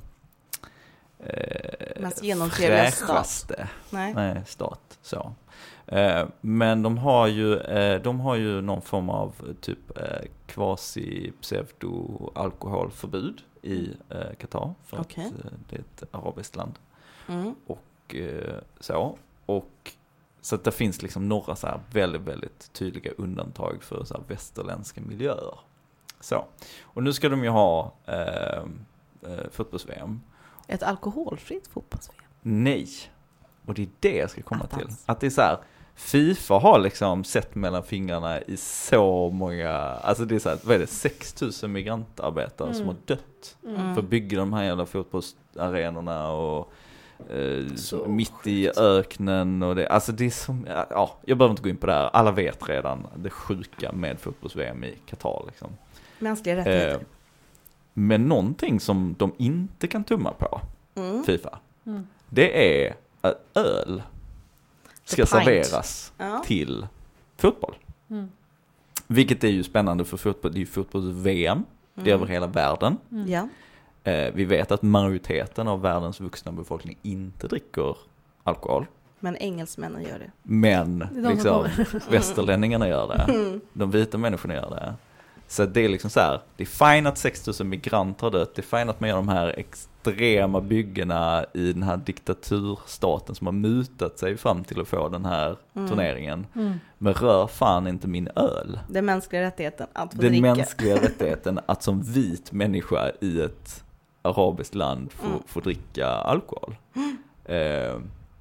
mest genomtrevliga stat. Nej. Nej, stat. Så. Eh, men de har ju eh, de har ju någon form av typ eh, quasi pseudo alkoholförbud i eh, Qatar för okay. att eh, det är ett arabiskt land. Mm. Och eh, så och så att det finns liksom några så här väldigt väldigt tydliga undantag för så här västerländska miljöer. Så. Och nu ska de ju ha eh, eh, fotbolls-V M. Ett alkoholfritt fotbolls-V M? Nej. Och det är det jag ska komma Attans. till. Att det är så här, FIFA har liksom sett mellan fingrarna i så många, alltså det är så här, vad är det, sex tusen migrantarbetare mm. som har dött mm. för att bygga de här jävla fotbollsarenorna och eh, mitt i öknen och det, alltså det är som, ja, jag behöver inte gå in på det här, alla vet redan det sjuka med fotbolls-V M i Qatar liksom. Mänskliga rättigheter. Eh, men någonting som de inte kan tumma på, mm. FIFA, mm. det är att öl ska serveras ja. till fotboll. Mm. Vilket är ju spännande för fotboll. Det är ju fotbolls-V M. Mm. Det är över hela världen. Mm. Ja. Eh, vi vet att majoriteten av världens vuxna befolkning inte dricker alkohol. Men engelsmännen gör det. Men det liksom, västerlänningarna gör det. Mm. De vita människorna gör det. Så det är liksom så här, det är fint att sex tusen migranter har dött, det är fint att man gör de här extrema byggena i den här diktaturstaten som har mutat sig fram till att få den här mm. turneringen. Mm. Men rör fan inte min öl. Den mänskliga rättigheten att få Den dricka. mänskliga rättigheten att som vit människa i ett arabiskt land få, mm. få dricka alkohol. Mm. Eh,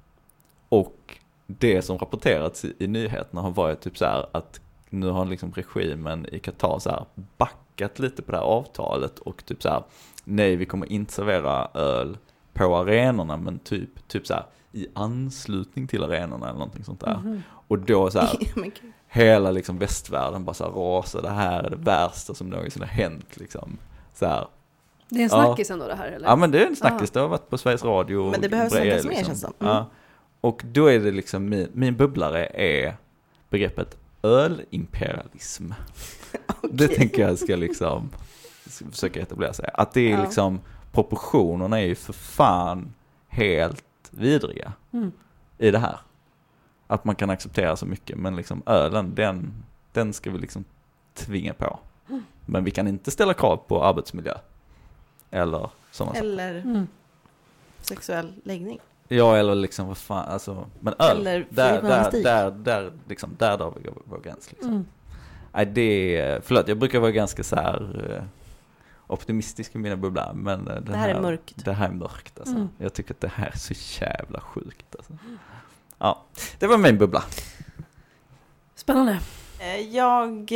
och det som rapporterats i, i nyheterna har varit typ så här att nu har liksom regimen i Qatar så här backat lite på det här avtalet och typ så här, nej vi kommer inte servera öl på arenorna men typ, typ så här i anslutning till arenorna eller någonting sånt där. Mm-hmm. Och då så här, hela liksom västvärlden bara så här rasar, det här är det värsta som någonsin har hänt liksom. Så här. Det är en snackis ja. ändå det här eller? Ja men det är en snackis, det har varit på Sveriges Radio. Men det behövs snackas mer känns som. Mm. Ja. Och då är det liksom, min, min bubblare är begreppet ölimperialism. Okay. Det tänker jag ska liksom ska försöka etablera sig. Att det är ja. liksom, proportionerna är ju för fan helt vidriga mm. i det här. Att man kan acceptera så mycket, men liksom ölen, den, den ska vi liksom tvinga på. Mm. Men vi kan inte ställa krav på arbetsmiljö. Eller sådana saker. Eller mm. sexuell läggning. Ja, eller liksom vad fan, alltså, men öl, eller där, där, där, där, liksom, där drar vi vår gräns liksom. Mm. Nej, det, förlåt, jag brukar vara ganska så här optimistisk i mina bubblar, men det, det här, här är mörkt. Det här är mörkt, alltså. Mm. Jag tycker att det här är så jävla sjukt, alltså. Ja, det var min bubbla. Spännande. Jag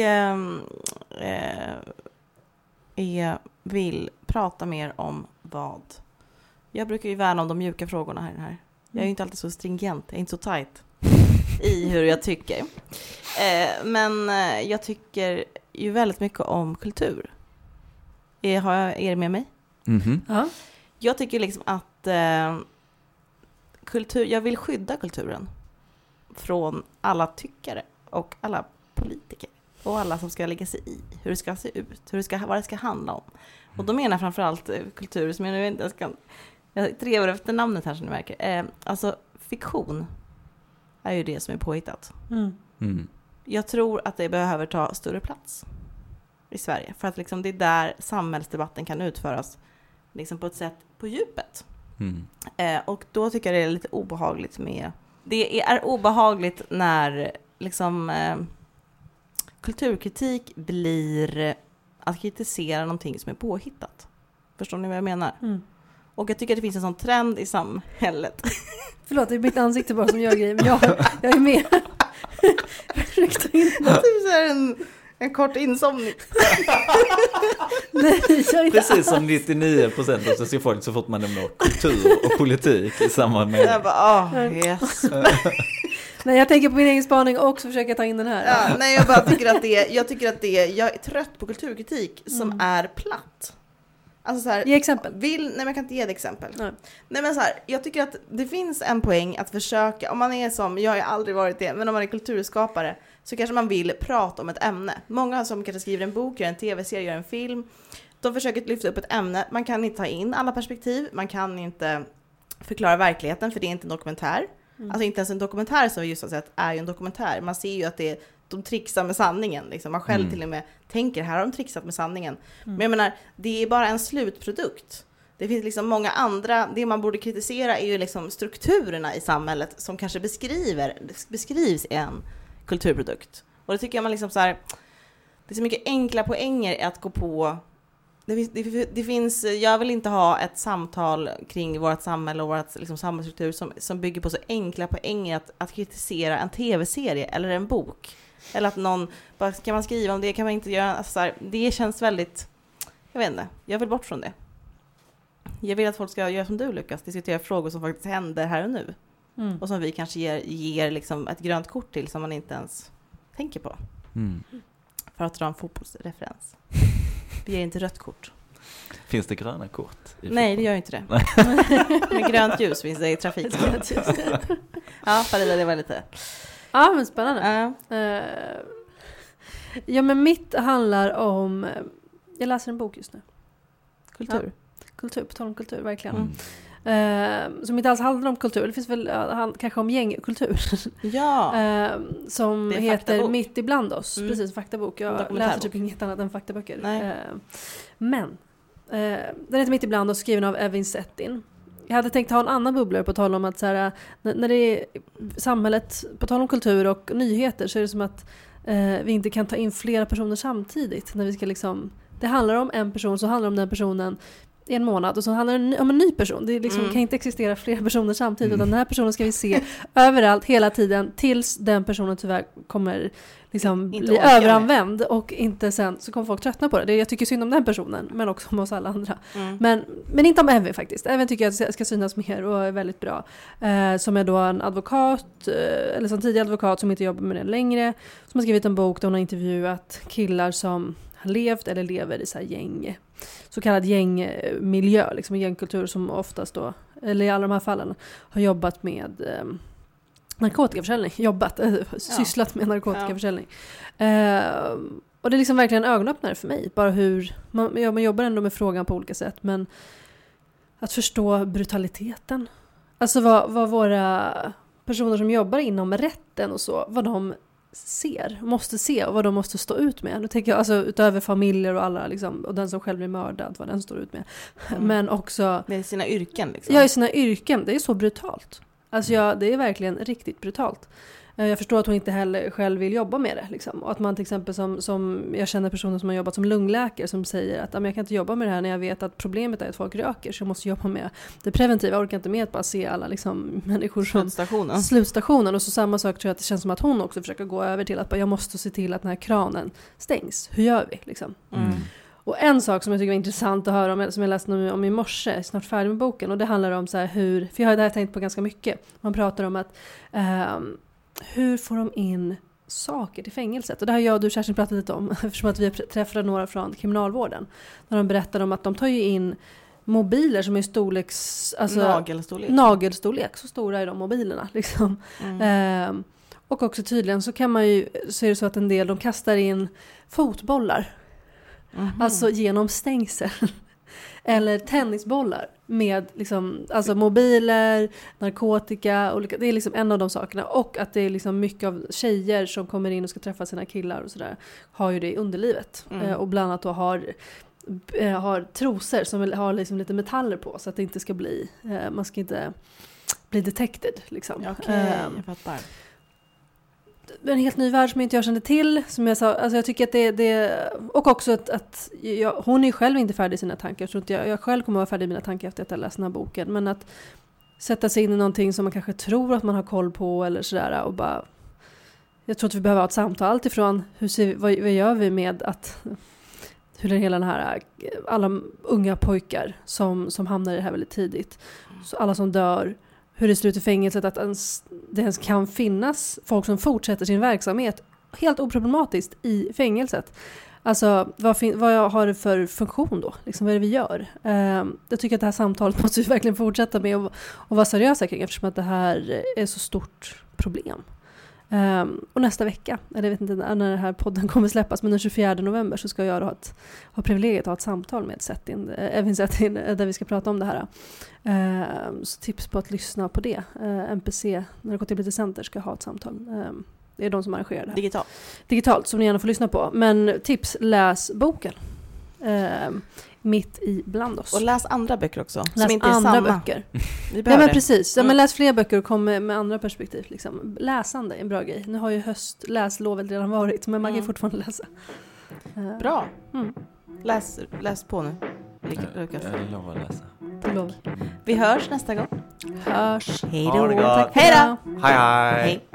äh, är, vill prata mer om vad. Jag brukar ju värna om de mjuka frågorna här. här. Jag är ju inte alltid så stringent, jag är inte så tight i hur jag tycker. Eh, men jag tycker ju väldigt mycket om kultur. Eh, har jag er med mig? Mm-hmm. Ja. Jag tycker liksom att eh, kultur, jag vill skydda kulturen från alla tyckare och alla politiker och alla som ska lägga sig i hur det ska se ut, hur det ska, vad det ska handla om. Och då menar jag framförallt kultur som jag nu inte ska. Jag trevar efter namnet här som ni märker. Eh, alltså fiktion är ju det som är påhittat. Mm. Mm. Jag tror att det behöver ta större plats i Sverige. För att liksom det är där samhällsdebatten kan utföras liksom på ett sätt på djupet. Mm. Eh, och då tycker jag det är lite obehagligt med... Det är obehagligt när liksom, eh, kulturkritik blir att kritisera någonting som är påhittat. Förstår ni vad jag menar? Mm. Och jag tycker att det finns en sån trend i samhället. Förlåt, det är mitt ansikte bara som gör grejer, men jag, jag är med. Försökte inte. Typ så här en, en kort insomning. Nej, jag precis som nittionio procent av svenska folk så fort man nämner kultur och politik i samband med... Jag bara, åh, yes. Nej, jag tänker på min egen spaning och också försöka ta in den här. Ja, nej, jag bara tycker att det jag tycker att det jag är trött på kulturkritik som mm. är platt. Alltså så här, ge exempel. Vill, nej, men jag kan inte ge ett exempel. Nej. nej, men så här, jag tycker att det finns en poäng att försöka, om man är som, jag har aldrig varit det, men om man är kulturskapare så kanske man vill prata om ett ämne. Många som kanske skriver en bok, gör en tv-serie, gör en film, de försöker lyfta upp ett ämne. Man kan inte ta in alla perspektiv, man kan inte förklara verkligheten för det är inte en dokumentär. Mm. Alltså inte ens en dokumentär som vi just har sett är ju en dokumentär. Man ser ju att det är, de trixar med sanningen. Liksom. Man själv mm. till och med tänker, här har de trixat med sanningen. Mm. Men jag menar, det är bara en slutprodukt. Det finns liksom många andra, det man borde kritisera är ju liksom strukturerna i samhället som kanske beskriver, beskrivs i en kulturprodukt. Och det tycker jag man liksom så här, det är så mycket enkla poänger att gå på. Det, det, det finns, jag vill inte ha ett samtal kring vårt samhälle och vårt liksom, samhällsstruktur som, som bygger på så enkla poänger att, att kritisera en tv-serie eller en bok. Eller att någon, bara, kan man skriva om det, kan man inte göra, alltså, så här, det känns väldigt, jag vet inte, jag vill bort från det. Jag vill att folk ska göra som du, Lukas, diskutera frågor som faktiskt händer här och nu. Mm. Och som vi kanske ger, ger liksom ett grönt kort till som man inte ens tänker på. Mm. För att dra en fotbollsreferens. Vi ger inte rött kort. Finns det gröna kort? Nej, det gör inte det. Med grönt ljus finns det i trafiken. Ja, Farida, det var lite... Ja, men spännande. Uh. Uh, ja, men mitt handlar om... Jag läser en bok just nu. Kultur. Ja. Kultur, på tal om kultur, verkligen. Mm. Uh, som inte alls handlar om kultur. Det finns väl uh, kanske om gängkultur. Ja. uh, som heter Mitt ibland oss. Mm. Precis, faktabok. Jag läser typ inget annat än faktaböcker. Uh, men uh, den heter Mitt ibland oss, skriven av Evin Settin. Jag hade tänkt ha en annan bubblare på tal om att så här, när det är samhället, på tal om kultur och nyheter, så är det som att uh, vi inte kan ta in flera personer samtidigt. När vi ska liksom, det handlar om en person, så handlar det om den personen i en månad och så handlar det om en ny person. Det liksom, mm. kan inte existera flera personer samtidigt mm. utan den här personen ska vi se överallt hela tiden tills den personen tyvärr kommer liksom bli överanvänd och inte sen så kommer folk tröttna på det. det. Jag tycker synd om den personen men också om oss alla andra. Mm. Men, men inte om Evin faktiskt. Evin tycker jag att det ska synas mer och är väldigt bra. Eh, som är då en advokat eh, eller som tidigare advokat som inte jobbar med det längre. Som har skrivit en bok där hon har intervjuat killar som har levt eller lever i så här gäng, så kallad gängmiljö, liksom gängkultur som oftast då, eller i alla de här fallen, har jobbat med eh, narkotikaförsäljning, jobbat, äh, ja. sysslat med narkotikaförsäljning. Ja. Eh, och det är liksom verkligen en ögonöppnare för mig, bara hur, man, ja, man jobbar ändå med frågan på olika sätt, men att förstå brutaliteten. Alltså vad, vad våra personer som jobbar inom rätten och så, vad de ser, måste se och vad de måste stå ut med. Nu tänker jag alltså utöver familjer och alla liksom, och den som själv blir mördad, vad den står ut med. Mm. Men också med sina yrken liksom. Ja, i sina yrken. Det är så brutalt. Alltså ja, det är verkligen riktigt brutalt. Jag förstår att hon inte heller själv vill jobba med det. Liksom. Och att man till exempel som, som jag känner personer som har jobbat som lungläkare som säger att jag kan inte jobba med det här när jag vet att problemet är att folk röker, så jag måste jobba med det preventiva. Jag orkar inte med att bara se alla liksom, människor som slutstationen. slutstationen. Och så samma sak tror jag att det känns som att hon också försöker gå över till att bara, jag måste se till att den här kranen stängs. Hur gör vi? Liksom? Mm. Och en sak som jag tycker var intressant att höra om, som jag läste om i morse, snart färdig med boken, och det handlar om så här hur, för jag har det här tänkt på ganska mycket. Man pratar om att um, hur får de in saker till fängelset? Och det har jag och du Kerstin pratat lite om, eftersom att vi träffade några från kriminalvården. När de berättade om att de tar ju in mobiler som är storleks... Alltså, nagelstorlek. Nagelstorlek, så stora är de mobilerna. Liksom. Mm. Ehm, och också tydligen så kan man ju, så är det så att en del, de kastar in fotbollar. Mm-hmm. Alltså genom stängsel. Eller tennisbollar med liksom, alltså mobiler, narkotika, olika, det är liksom en av de sakerna. Och att det är liksom mycket av tjejer som kommer in och ska träffa sina killar och sådär, har ju det i underlivet. Mm. Eh, och bland annat då har, eh, har trosor som har liksom lite metaller på, så att det inte ska bli, eh, man ska inte bli detected liksom. Okej, okay, eh, jag fattar. En helt ny värld som jag inte jag kände till, som jag sa, alltså jag tycker att det, det och också att, att jag, hon är själv inte färdig i sina tankar, jag tror inte jag, jag själv kommer att vara färdig i mina tankar efter att jag läst den här boken, men att sätta sig in i någonting som man kanske tror att man har koll på eller sådär, och bara, jag tror att vi behöver ha ett samtal allt ifrån hur ser vi, vad, vad gör vi med att hur är hela den här, alla unga pojkar som, som hamnar i det här väldigt tidigt, så alla som dör, hur det ser ut i fängelset, att ens, det ens kan finnas folk som fortsätter sin verksamhet helt oproblematiskt i fängelset. Alltså, vad, fin- vad har det för funktion då? Liksom, vad är det vi gör? Uh, jag tycker att det här samtalet måste vi verkligen fortsätta med och, och vara seriösa kring, eftersom att det här är så stort problem. Um, och nästa vecka, eller jag vet inte när den här podden kommer släppas, men den tjugofjärde november så ska jag ha, ett, ha privilegiet att ha ett samtal med Settin, Evin Settin, där vi ska prata om det här. Uh, så tips på att lyssna på det. Uh, N P C, Narkotika Center, ska ha ett samtal. Uh, det är de som arrangerar det här. Digitalt. Digitalt, som ni gärna får lyssna på. Men tips, läs boken. Uh, mitt i bland oss. Och läs andra böcker också. Läs som inte är andra samma. Böcker. Vi ja, men precis. Ja, men läs fler böcker och kom med, med andra perspektiv. Liksom. Läsande är en bra grej. Nu har ju höstläslovet redan varit, men man kan mm. fortfarande läsa. Uh, bra. Mm. Läs, läs på nu. Lycka, lyckas. Jag lovar att läsa. Lov. Vi hörs nästa gång. Hörs. Hej då. Tack. Hej då. Hej hej. Hej.